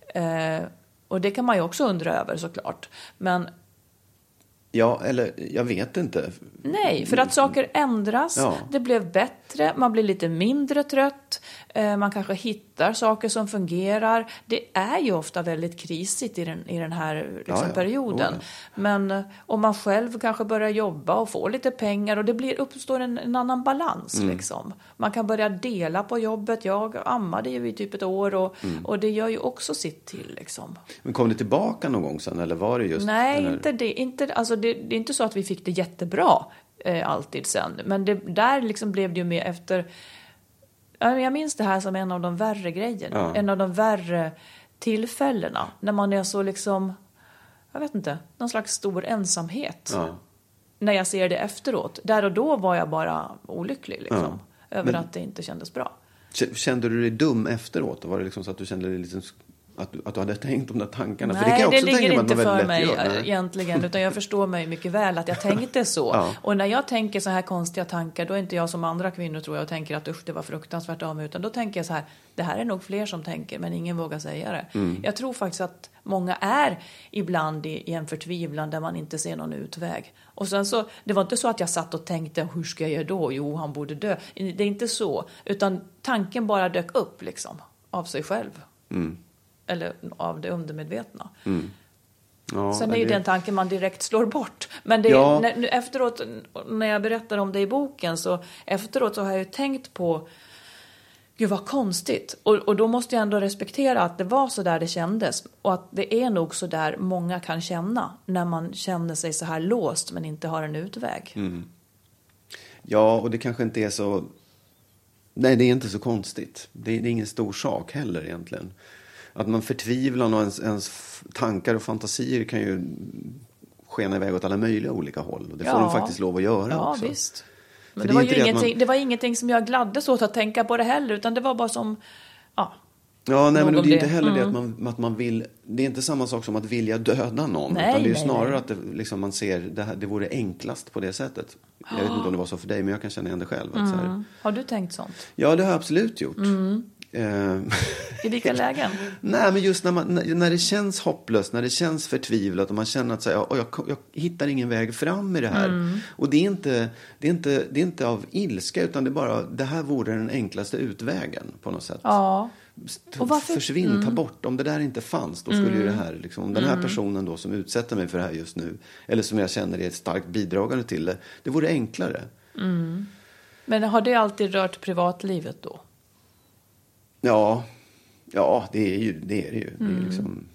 och det kan man ju också undra över såklart. Men... Ja, eller jag vet inte. Nej, för att saker ändras. Ja. Det blev bättre, man blir lite mindre trött. Man kanske hittar saker som fungerar. Det är ju ofta väldigt krisigt i den här perioden. Men om man själv kanske börjar jobba och får lite pengar. Och det uppstår en annan balans liksom. Man kan börja dela på jobbet. Jag ammade ju i typ 1 år. Och det gör ju också sitt till liksom. Men kom det tillbaka någon gång sen? Eller var det just... Nej, inte det. Alltså det är inte så att vi fick det jättebra alltid sen. Men där liksom blev det ju med efter... Jag minns det här som en av de värre grejerna. Ja. En av de värre tillfällena. När man är så liksom... Jag vet inte. Någon slags stor ensamhet. Ja. När jag ser det efteråt. Där och då var jag bara olycklig liksom. Ja. Över att det inte kändes bra. Kände du dig dum efteråt? Var det liksom så att du kände dig liksom... Att du hade tänkt de där tankarna? Nej, för det kan det ligger inte för mig gör, egentligen. Utan jag förstår mig mycket väl att jag tänkte så. Ja. Och när jag tänker så här konstiga tankar, då är inte jag som andra kvinnor tror jag och tänker att det var fruktansvärt av mig. Utan då tänker jag så här, det här är nog fler som tänker, men ingen vågar säga det. Jag tror faktiskt att många är ibland i en förtvivlan där man inte ser någon utväg. Och sen så, det var inte så att jag satt och tänkte, hur ska jag göra då? Jo, han borde dö. Det är inte så. Utan tanken bara dök upp liksom, av sig själv. Eller av det undermedvetna. Ja, sen är ju den tanken man direkt slår bort. Men det efteråt, när jag berättar om det i boken, så efteråt så har jag ju tänkt på, gud vad konstigt. Och då måste jag ändå respektera att det var så där det kändes. Och att det är nog så där många kan känna när man känner sig så här låst men inte har en utväg. Ja, och det kanske inte är så... Nej, det är inte så konstigt. Det är ingen stor sak heller egentligen. Att man förtvivlar och ens tankar och fantasier kan ju skena iväg åt alla möjliga olika håll. Och det får de faktiskt lov att göra också. Ja, visst. Men det var ingenting som jag gladdes åt att tänka på det heller. Utan det var bara som... Ja, nej, men det är ju inte heller det att man vill... Det är inte samma sak som att vilja döda någon. Nej, utan det är ju snarare att det, liksom, man ser... Det vore enklast på det sättet. Jag vet inte om det var så för dig, men jag kan känna igen det själv. Att så här, har du tänkt sånt? Ja, det har jag absolut gjort. I vilka lägen? Nej, men just när det känns hopplöst, när det känns förtvivlat och man känner att så här, jag hittar ingen väg fram i det här. Och det är inte av ilska, utan det är bara, det här vore den enklaste utvägen på något sätt. Ja. Och varför? Försvinn, ta bort. Om det där inte fanns, då skulle ju det här liksom, om den här personen då som utsätter mig för det här just nu, eller som jag känner är ett starkt bidragande till det vore enklare. Men har det alltid rört privatlivet då? Ja, det är ju. Det är liksom...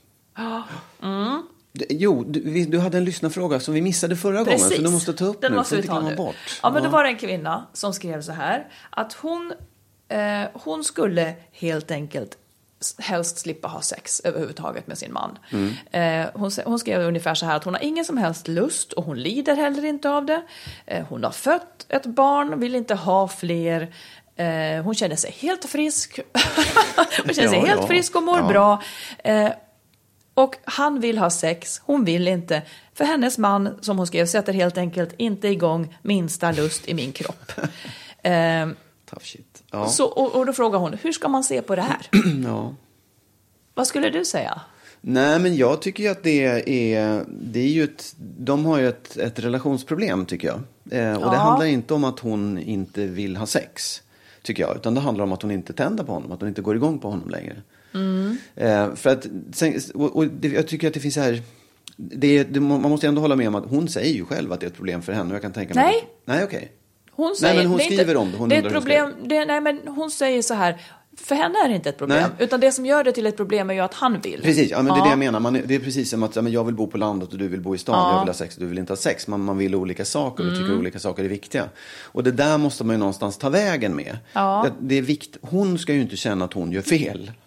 Jo, du hade en lyssnarfråga som vi missade förra gången, så du måste ta upp den nu. Måste vi ta nu. Bort. Ja, men då var det en kvinna som skrev så här, att hon skulle helt enkelt helst slippa ha sex överhuvudtaget med sin man. Hon skrev ungefär så här, att hon har ingen som helst lust och hon lider heller inte av det. Hon har fött ett barn, vill inte ha fler. Hon känner sig helt frisk. Hon känner sig helt frisk och mår bra. Och han vill ha sex. Hon vill inte. För hennes man, som hon skrev, sätter helt enkelt inte igång minsta lust i min kropp. Tough shit. Så, och då frågar hon, hur ska man se på det här? Vad skulle du säga? Nej, men jag tycker ju att det är ju de har ju ett relationsproblem, tycker jag. Och det handlar inte om att hon inte vill ha sex, tycker jag. Utan det handlar om att hon inte tänder på honom, att hon inte går igång på honom längre. För att, jag tycker att det finns så här... man måste ändå hålla med om att hon säger ju själv att det är ett problem för henne. Och jag kan tänka mig nej, okej. Hon säger, nej, men hon skriver om det. Det är ett problem. Nej, men hon säger så här... För henne är det inte ett problem. Nej. Utan det som gör det till ett problem är ju att han vill. Precis, ja, men det är det jag menar. Det är precis som att jag vill bo på landet och du vill bo i stan. Jag vill ha sex och du vill inte ha sex. Man vill olika saker och tycker olika saker är viktiga. Och det där måste man ju någonstans ta vägen med. Det är hon ska ju inte känna att hon gör fel.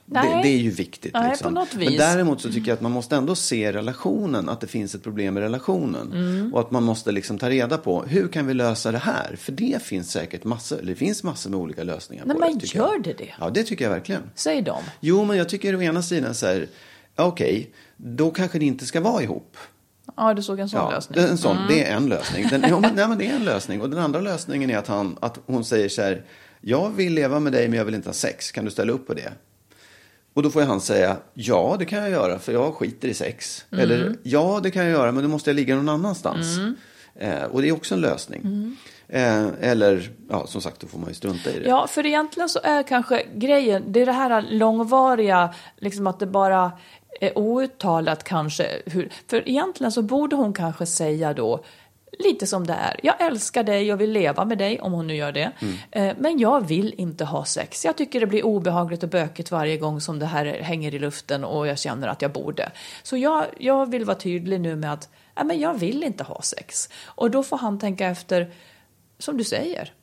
Det är ju viktigt. Nej, liksom. på något vis. Men däremot så tycker jag att man måste ändå se relationen, att det finns ett problem i relationen. Och att man måste liksom ta reda på, hur kan vi lösa det här? För det finns säkert det finns massor med olika lösningar på det. Men gör det? Ja, det tycker jag verkligen. Säg dem. Jo, men jag tycker å ena sidan så här, okej, då kanske det inte ska vara ihop. Ja, du såg en sån lösning. Det är en lösning. Det är en lösning. Och den andra lösningen är att hon säger så här, jag vill leva med dig men jag vill inte ha sex. Kan du ställa upp på det? Och då får han säga, ja det kan jag göra för jag skiter i sex. Eller, ja det kan jag göra men då måste jag ligga någon annanstans. Och det är också en lösning. Eller, ja som sagt, då får man ju strunta i det. Ja, för egentligen så är kanske grejen, det är det här långvariga, liksom att det bara är outtalat kanske. För egentligen så borde hon kanske säga då, lite som det är. Jag älskar dig och vill leva med dig, om hon nu gör det. Men jag vill inte ha sex. Jag tycker det blir obehagligt och bökigt varje gång som det här hänger i luften och jag känner att jag borde. Så jag vill vara tydlig nu med att men jag vill inte ha sex. Och då får han tänka efter, som du säger.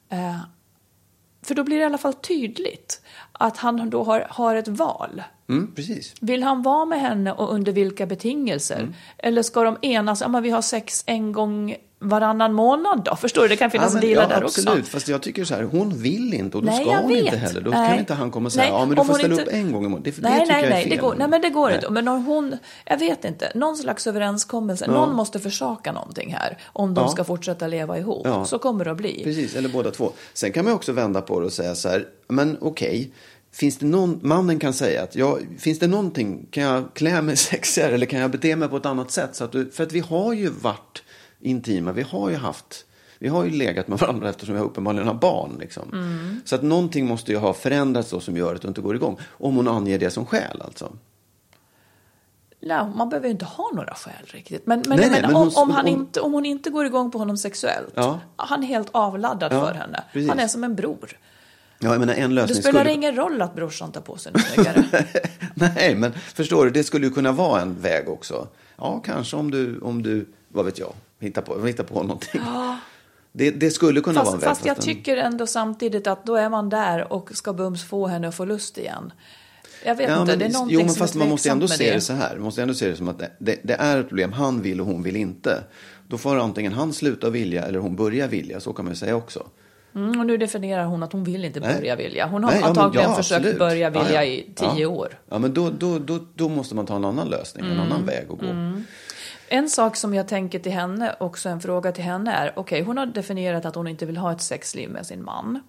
För då blir det i alla fall tydligt att han då har ett val. Precis. Vill han vara med henne och under vilka betingelser? Eller ska de enas, vi har sex en gång varannan månad då? Förstår du? Det kan finnas delar där absolut. också. Fast jag tycker så här, hon vill inte och då ska hon inte heller. Då kan inte han komma och säga, men du får ställa upp en gång i månaden. Det går inte. Men om hon, jag vet inte, någon slags överenskommelse. Någon måste försaka någonting här om de ska fortsätta leva ihop. Ja. Så kommer det att bli. Precis, eller båda två. Sen kan man också vända på det och säga så här, men okej. Finns det mannen kan säga att finns det någonting, kan jag klä mig sexigare eller kan jag bete mig på ett annat sätt? För att vi har ju varit intima, vi har ju legat med varandra eftersom vi uppenbarligen har barn. Liksom. Så att någonting måste ju ha förändrats då som gör att det inte går igång. Om hon anger det som skäl alltså. Nej, man behöver ju inte ha några skäl riktigt. Men om hon inte går igång på honom sexuellt, han är helt avladdad för henne. Precis. Han är som en bror. Ja, jag menar, en lösning det spelar ingen roll att brorsan tar på sig en snyggare. Nej, men förstår du, det skulle ju kunna vara en väg också. Ja, kanske om du vad vet jag, hittar på någonting. Ja. Det skulle kunna vara en väg. Fast jag tycker ändå samtidigt att då är man där och ska bums få henne att få lust igen. Jag vet inte, det är någonting men fast man måste ändå se det. Det så här. Man måste ändå se det som att det är ett problem. Han vill och hon vill inte. Då får antingen han sluta vilja eller hon börja vilja. Så kan man ju säga också. Och nu definierar hon att hon vill inte börja vilja. Hon har antagligen försökt börja vilja i 10 år. Ja, men då måste man ta en annan lösning, en annan väg att gå. En sak som jag tänker till henne, också en fråga till henne är, okej, hon har definierat att hon inte vill ha ett sexliv med sin man.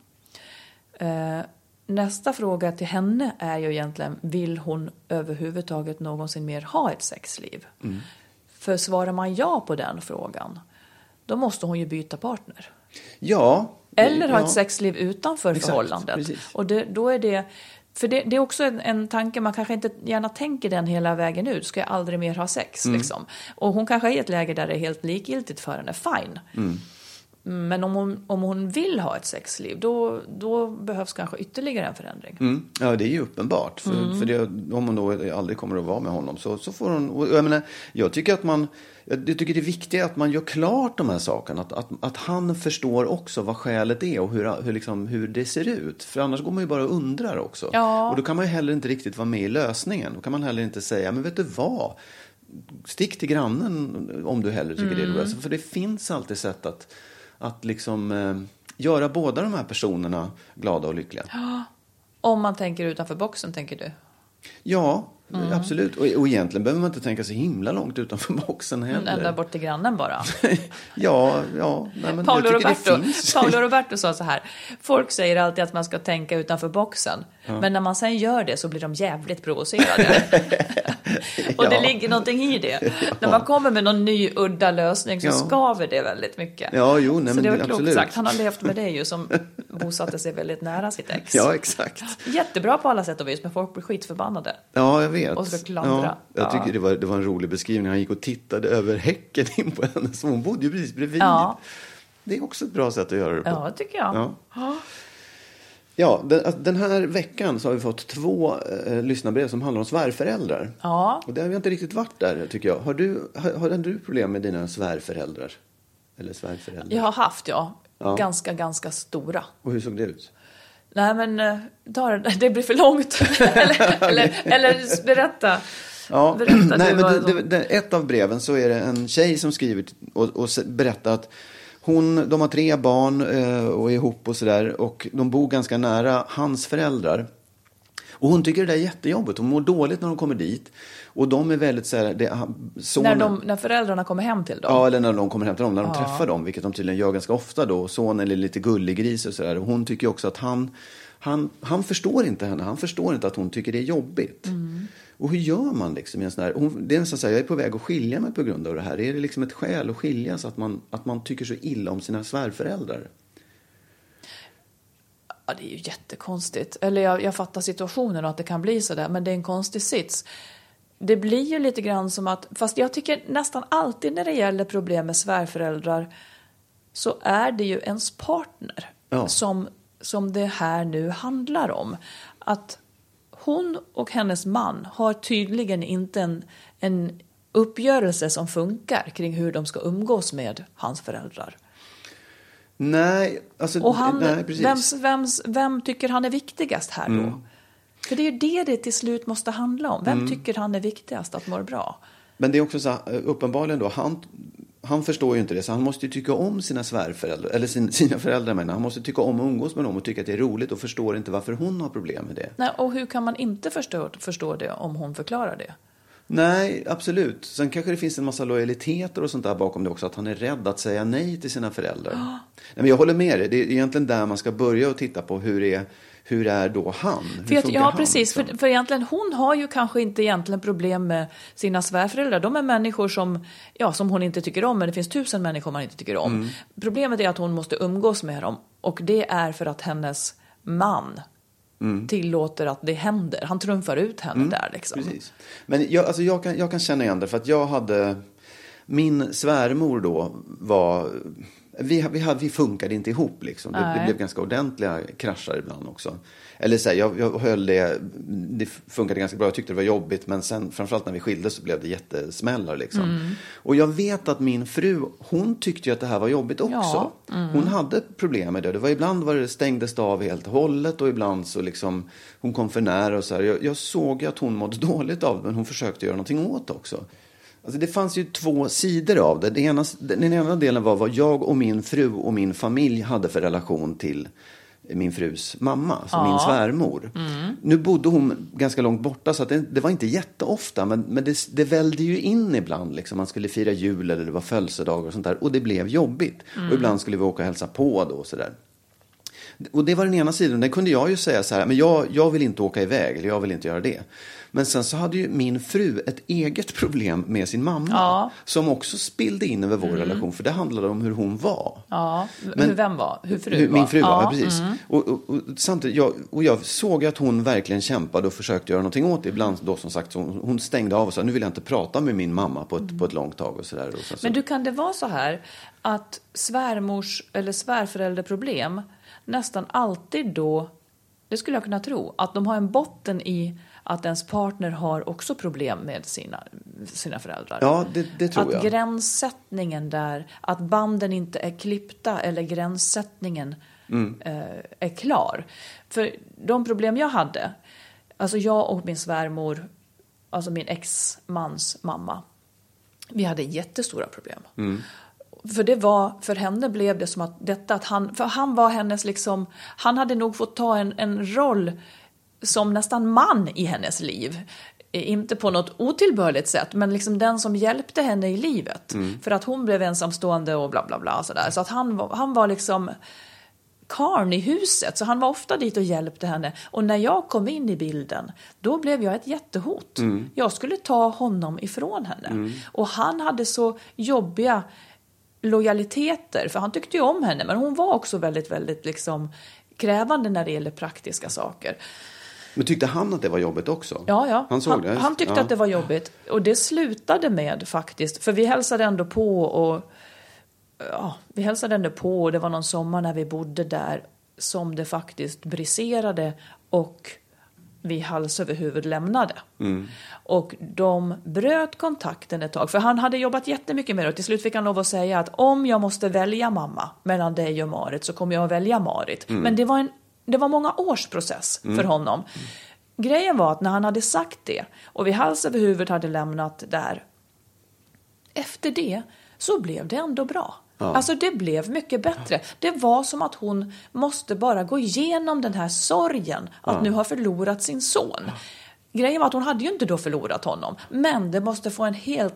Nästa fråga till henne är ju egentligen, vill hon överhuvudtaget någonsin mer ha ett sexliv? För svarar man ja på den frågan, då måste hon ju byta partner. Ja. Eller ha ett sexliv utanför förhållandet. Precis. Och då är det... För det är också en tanke, man kanske inte gärna tänker den hela vägen ut. Ska jag aldrig mer ha sex? Liksom. Och hon kanske är i ett läge där det är helt likgiltigt för henne. Fine. Men om hon vill ha ett sexliv, då behövs kanske ytterligare en förändring. Ja, det är ju uppenbart. För det, om hon då aldrig kommer att vara med honom så får hon... Jag tycker att jag tycker det är viktigt att man gör klart de här sakerna. Att han förstår också vad skälet är och hur det ser ut. För annars går man ju bara och undrar också. Ja. Och då kan man ju heller inte riktigt vara med i lösningen. Då kan man heller inte säga, men vet du vad? Stick till grannen om du hellre tycker det är roligt. För det finns alltid sätt att liksom göra båda de här personerna glada och lyckliga. Ja. Om man tänker utanför boxen, tänker du? Ja, absolut. Och egentligen behöver man inte tänka så himla långt utanför boxen heller. Ända bort till grannen bara. ja. Nej, men Paolo Roberto sa så här. Folk säger alltid att man ska tänka utanför boxen. Ja. Men när man sen gör det så blir de jävligt provocerade. Och det ligger någonting i det. Ja. När man kommer med någon ny udda lösning så skaver det väldigt mycket. Ja, så det var klokt sagt. Han har levt med dig ju som bosatte sig väldigt nära sitt ex. Ja, exakt. Jättebra på alla sätt och vis, men folk blir skitförbannade. Ja, jag vet. Och ska klandra. Ja, jag tycker det var en rolig beskrivning. Han gick och tittade över häcken in på henne. Så hon bodde ju precis bredvid. Ja. Det är också ett bra sätt att göra det på. Ja, tycker jag. Ja, den här veckan så har vi fått 2 lyssnarbrev som handlar om svärföräldrar. Ja. Och det har vi inte riktigt varit där, tycker jag. Har du problem med dina svärföräldrar? Eller svärföräldrar? Jag har haft, ganska stora. Och hur såg det ut? Nej, men det blir för långt. eller berätta. Ja, berätta nej, men ett av breven så är det en tjej som skriver och berättar att de har 3 barn och är ihop och sådär. Och de bor ganska nära hans föräldrar. Och hon tycker det är jättejobbigt. Hon mår dåligt när de kommer dit. Och de är väldigt så här... När föräldrarna kommer hem till dem? Ja, eller när de kommer hem till dem. När de träffar dem, vilket de tydligen gör ganska ofta då. Sonen är lite gullig och sådär. Och hon tycker också att han förstår inte henne. Han förstår inte att hon tycker det är jobbigt. Mm. Och hur gör man liksom i en sån här... Det är nästan så här, jag är på väg att skilja mig på grund av det här. Är det liksom ett skäl att skilja så att man tycker så illa om sina svärföräldrar? Ja, det är ju jättekonstigt. Eller jag fattar situationen och att det kan bli så där. Men det är en konstig sits. Det blir ju lite grann som att... Fast jag tycker nästan alltid när det gäller problem med svärföräldrar så är det ju ens partner som det här nu handlar om. Att hon och hennes man har tydligen inte en uppgörelse som funkar kring hur de ska umgås med hans föräldrar. Nej, alltså... Och nej, precis. Vem tycker han är viktigast här då? För det är ju det till slut måste handla om. Vem tycker han är viktigast att må bra? Men det är också så uppenbarligen då, han förstår ju inte det, så han måste ju tycka om sina svärföräldrar, eller sina föräldrar menar. Han måste tycka om att umgås med dem och tycka att det är roligt och förstår inte varför hon har problem med det. Nej, och hur kan man inte förstå det om hon förklarar det? Nej, absolut. Sen kanske det finns en massa lojaliteter och sånt där bakom det också. Att han är rädd att säga nej till sina föräldrar. Nej, men jag håller med dig. Det är egentligen där man ska börja och titta på hur är då han? Precis. För egentligen, hon har ju kanske inte egentligen problem med sina svärföräldrar. De är människor som hon inte tycker om. Men det finns 1000 människor man inte tycker om. Problemet är att hon måste umgås med dem. Och det är för att hennes man tillåter att det händer. Han trumfar ut henne där liksom. Precis. Men jag kan känna igen det. För att jag hade... Min svärmor då var... Vi funkade inte ihop liksom. Det blev ganska ordentliga kraschar ibland också. Eller så här, jag höll det funkade ganska bra. Jag tyckte det var jobbigt, men sen framförallt när vi skildes så blev det jättesmällar liksom. Och jag vet att min fru, hon tyckte ju att det här var jobbigt också. Hon hade problem med det. Ibland var det stängdes av helt och hållet och ibland så liksom hon kom för nära och så här. Jag såg att hon mådde dåligt av det, men hon försökte göra någonting åt det också. Alltså det fanns ju 2 sidor av det. Den ena delen var vad jag och min fru och min familj hade för relation till min frus mamma, alltså min svärmor. Nu bodde hon ganska långt borta så att det var inte jätteofta, men det välde ju in ibland. Liksom. Man skulle fira jul eller det var födelsedagar och sånt där. Och det blev jobbigt. Och ibland skulle vi åka och hälsa på då och sådär. Och det var den ena sidan. Den kunde jag ju säga så här, men jag vill inte åka iväg eller jag vill inte göra det. Men sen så hade ju min fru ett eget problem med sin mamma. Som också spillde in över vår relation. För det handlade om hur hon var. Ja, vem var? Hur fru var? Min fru var, ja, precis. Och samtidigt, jag såg att hon verkligen kämpade och försökte göra någonting åt det. Ibland då som sagt, hon stängde av och sa, nu vill jag inte prata med min mamma på ett långt tag och sådär. Men du, kan det vara så här att svärmors eller svärförälderproblem nästan alltid då, det skulle jag kunna tro, att de har en botten i att ens partner har också problem med sina föräldrar. Ja, det tror jag. Att gränssättningen där, att banden inte är klippta eller gränssättningen är klar. För de problem jag hade, alltså jag och min svärmor, alltså min ex-mans mamma, vi hade jättestora problem. För henne blev det som att han var hennes liksom, han hade nog fått ta en roll som nästan man i hennes liv. Inte på något otillbörligt sätt, men liksom den som hjälpte henne i livet. För att hon blev ensamstående och bla bla bla sådär. Så att han var liksom karn i huset, så han var ofta dit och hjälpte henne. Och när jag kom in i bilden, då blev jag ett jättehot. Jag skulle ta honom ifrån henne. Och han hade så jobbiga lojaliteter, för han tyckte ju om henne, men hon var också väldigt, väldigt liksom krävande när det gäller praktiska saker. Men tyckte han att det var jobbigt också? Ja. Han såg det. Han tyckte att det var jobbigt. Och det slutade med faktiskt, för vi hälsade ändå på och det var någon sommar när vi bodde där som det faktiskt briserade och vi hals över huvud lämnade. Och de bröt kontakten ett tag. För han hade jobbat jättemycket med det. Och till slut fick han lov att säga att om jag måste välja mamma mellan dig och Marit så kommer jag att välja Marit. Men det var det var många års process för honom. Grejen var att när han hade sagt det och vi hals över huvudet hade lämnat där, efter det så blev det ändå bra. Ja. Alltså det blev mycket bättre. Det var som att hon måste bara gå igenom den här sorgen att nu ha förlorat sin son. Grejen var att hon hade ju inte då förlorat honom. Men det måste ta en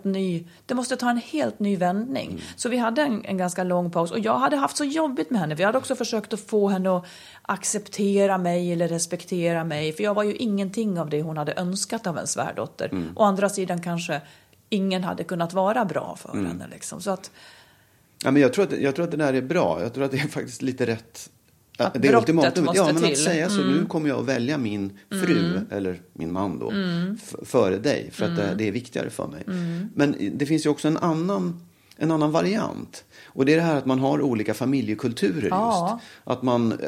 helt ny vändning. Så vi hade en ganska lång paus. Och jag hade haft så jobbigt med henne. Vi hade också försökt att få henne att acceptera mig eller respektera mig. För jag var ju ingenting av det hon hade önskat av en svärdotter. Å andra sidan kanske ingen hade kunnat vara bra för henne. Liksom. Så att... Ja, men jag tror att det där är bra. Jag tror att det är faktiskt lite rätt. Att det är ultimatum. måste men till. Att säga så, nu kommer jag att välja min fru eller min man då före dig. För att det är viktigare för mig. Men det finns ju också en annan variant. Och det är det här att man har olika familjekulturer just. Att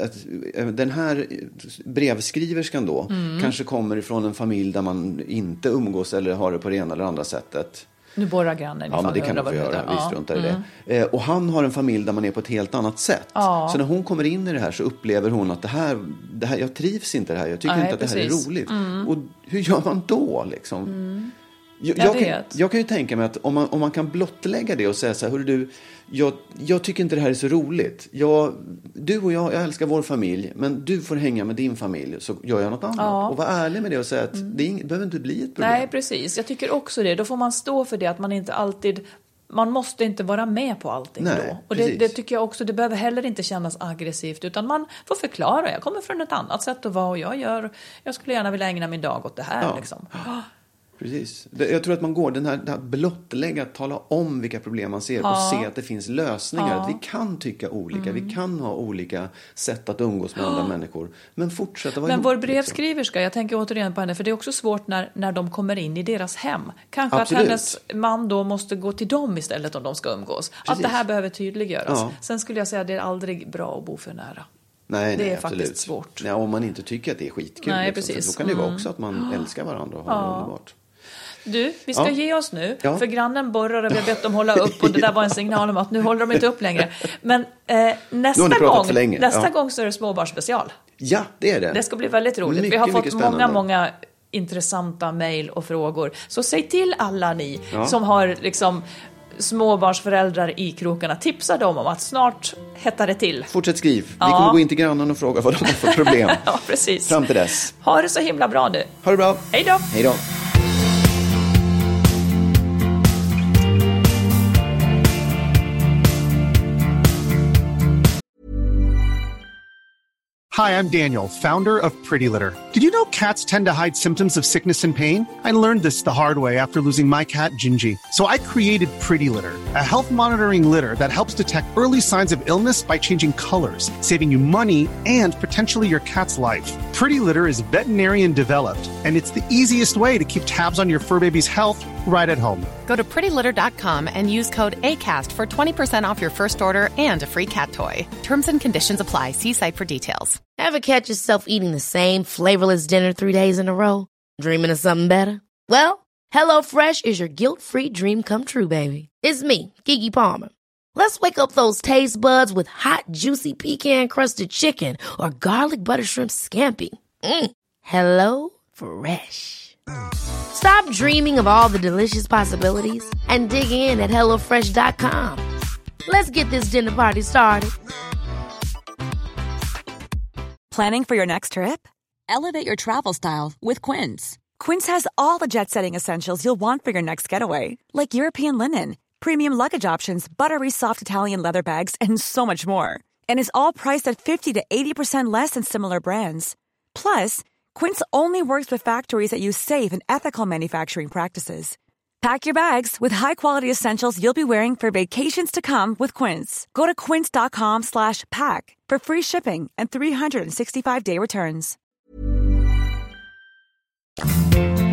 den här brevskriverskan då kanske kommer ifrån en familj där man inte umgås eller har det på det ena eller andra sättet. Nu borrar grannen. Ja, men det kan man få göra. Vi struntar i det. Och han har en familj där man är på ett helt annat sätt. Ja. Så när hon kommer in i det här så upplever hon att det här jag trivs inte det här. Jag tycker inte att det här är roligt. Och hur gör man då liksom? Jag kan ju tänka mig att om man kan blottlägga det och säga så här, hörru du, jag tycker inte det här är så roligt. Du och jag älskar vår familj, men du får hänga med din familj så gör jag något annat. Ja. Och vara ärlig med det och säga att det behöver inte bli ett problem. Nej, precis. Jag tycker också det. Då får man stå för det, att man inte alltid... Man måste inte vara med på allting. Nej, då. Och det tycker jag också, det behöver heller inte kännas aggressivt, utan man får förklara. Jag kommer från ett annat sätt att vara och jag skulle gärna vilja ägna min dag åt det här. Liksom. Precis. Jag tror att man går det här blottlägga, att tala om vilka problem man ser och se att det finns lösningar. Att vi kan tycka olika, vi kan ha olika sätt att umgås med andra människor. Men fortsätta vara ihop. Men vår brevskriverska, jag tänker återigen på henne, för det är också svårt när de kommer in i deras hem. Kanske att hennes man då måste gå till dem istället om de ska umgås. Precis. Att det här behöver tydliggöras. Ja. Sen skulle jag säga att det är aldrig bra att bo för nära. Nej, det är absolut. Faktiskt svårt. Ja, om man inte tycker att det är skitkul. Nej, liksom. precis. Så kan det vara också att man älskar varandra och har det underbart. Du, vi ska ge oss nu. För grannen borrar och vi har bett dem hålla upp. Och det där var en signal om att nu håller de inte upp längre. Men nästa gång så är det småbarnsspecial. Ja, det är det. Det ska bli väldigt roligt. Vi har fått många intressanta mejl och frågor. Så säg till alla ni som har liksom småbarnsföräldrar i krokarna. Tipsa dem om att snart hettar det till. Fortsätt skriv. Vi kommer gå in till grannen och fråga vad de har för problem. Ja, precis. Fram till dess. Ha det så himla bra nu. Ha det bra. Hej då. Hej då. Hi, I'm Daniel, founder of Pretty Litter. Did you know cats tend to hide symptoms of sickness and pain? I learned this the hard way after losing my cat, Gingy. So I created Pretty Litter, a health monitoring litter that helps detect early signs of illness by changing colors, saving you money and potentially your cat's life. Pretty Litter is veterinarian developed, and it's the easiest way to keep tabs on your fur baby's health right at home. Go to prettylitter.com and use code ACAST for 20% off your first order and a free cat toy. Terms and conditions apply. See site for details. Ever catch yourself eating the same flavorless dinner 3 days in a row? Dreaming of something better? Well, HelloFresh is your guilt-free dream come true, baby. It's me, Keke Palmer. Let's wake up those taste buds with hot, juicy pecan-crusted chicken or garlic butter shrimp scampi. Hello Fresh. Stop dreaming of all the delicious possibilities and dig in at HelloFresh.com. Let's get this dinner party started. Planning for your next trip? Elevate your travel style with Quince. Quince has all the jet-setting essentials you'll want for your next getaway, like European linen, premium luggage options, buttery soft Italian leather bags, and so much more. And is all priced at 50 to 80% less than similar brands. Plus, Quince only works with factories that use safe and ethical manufacturing practices. Pack your bags with high-quality essentials you'll be wearing for vacations to come with Quince. Go to quince.com/pack for free shipping and 365-day returns.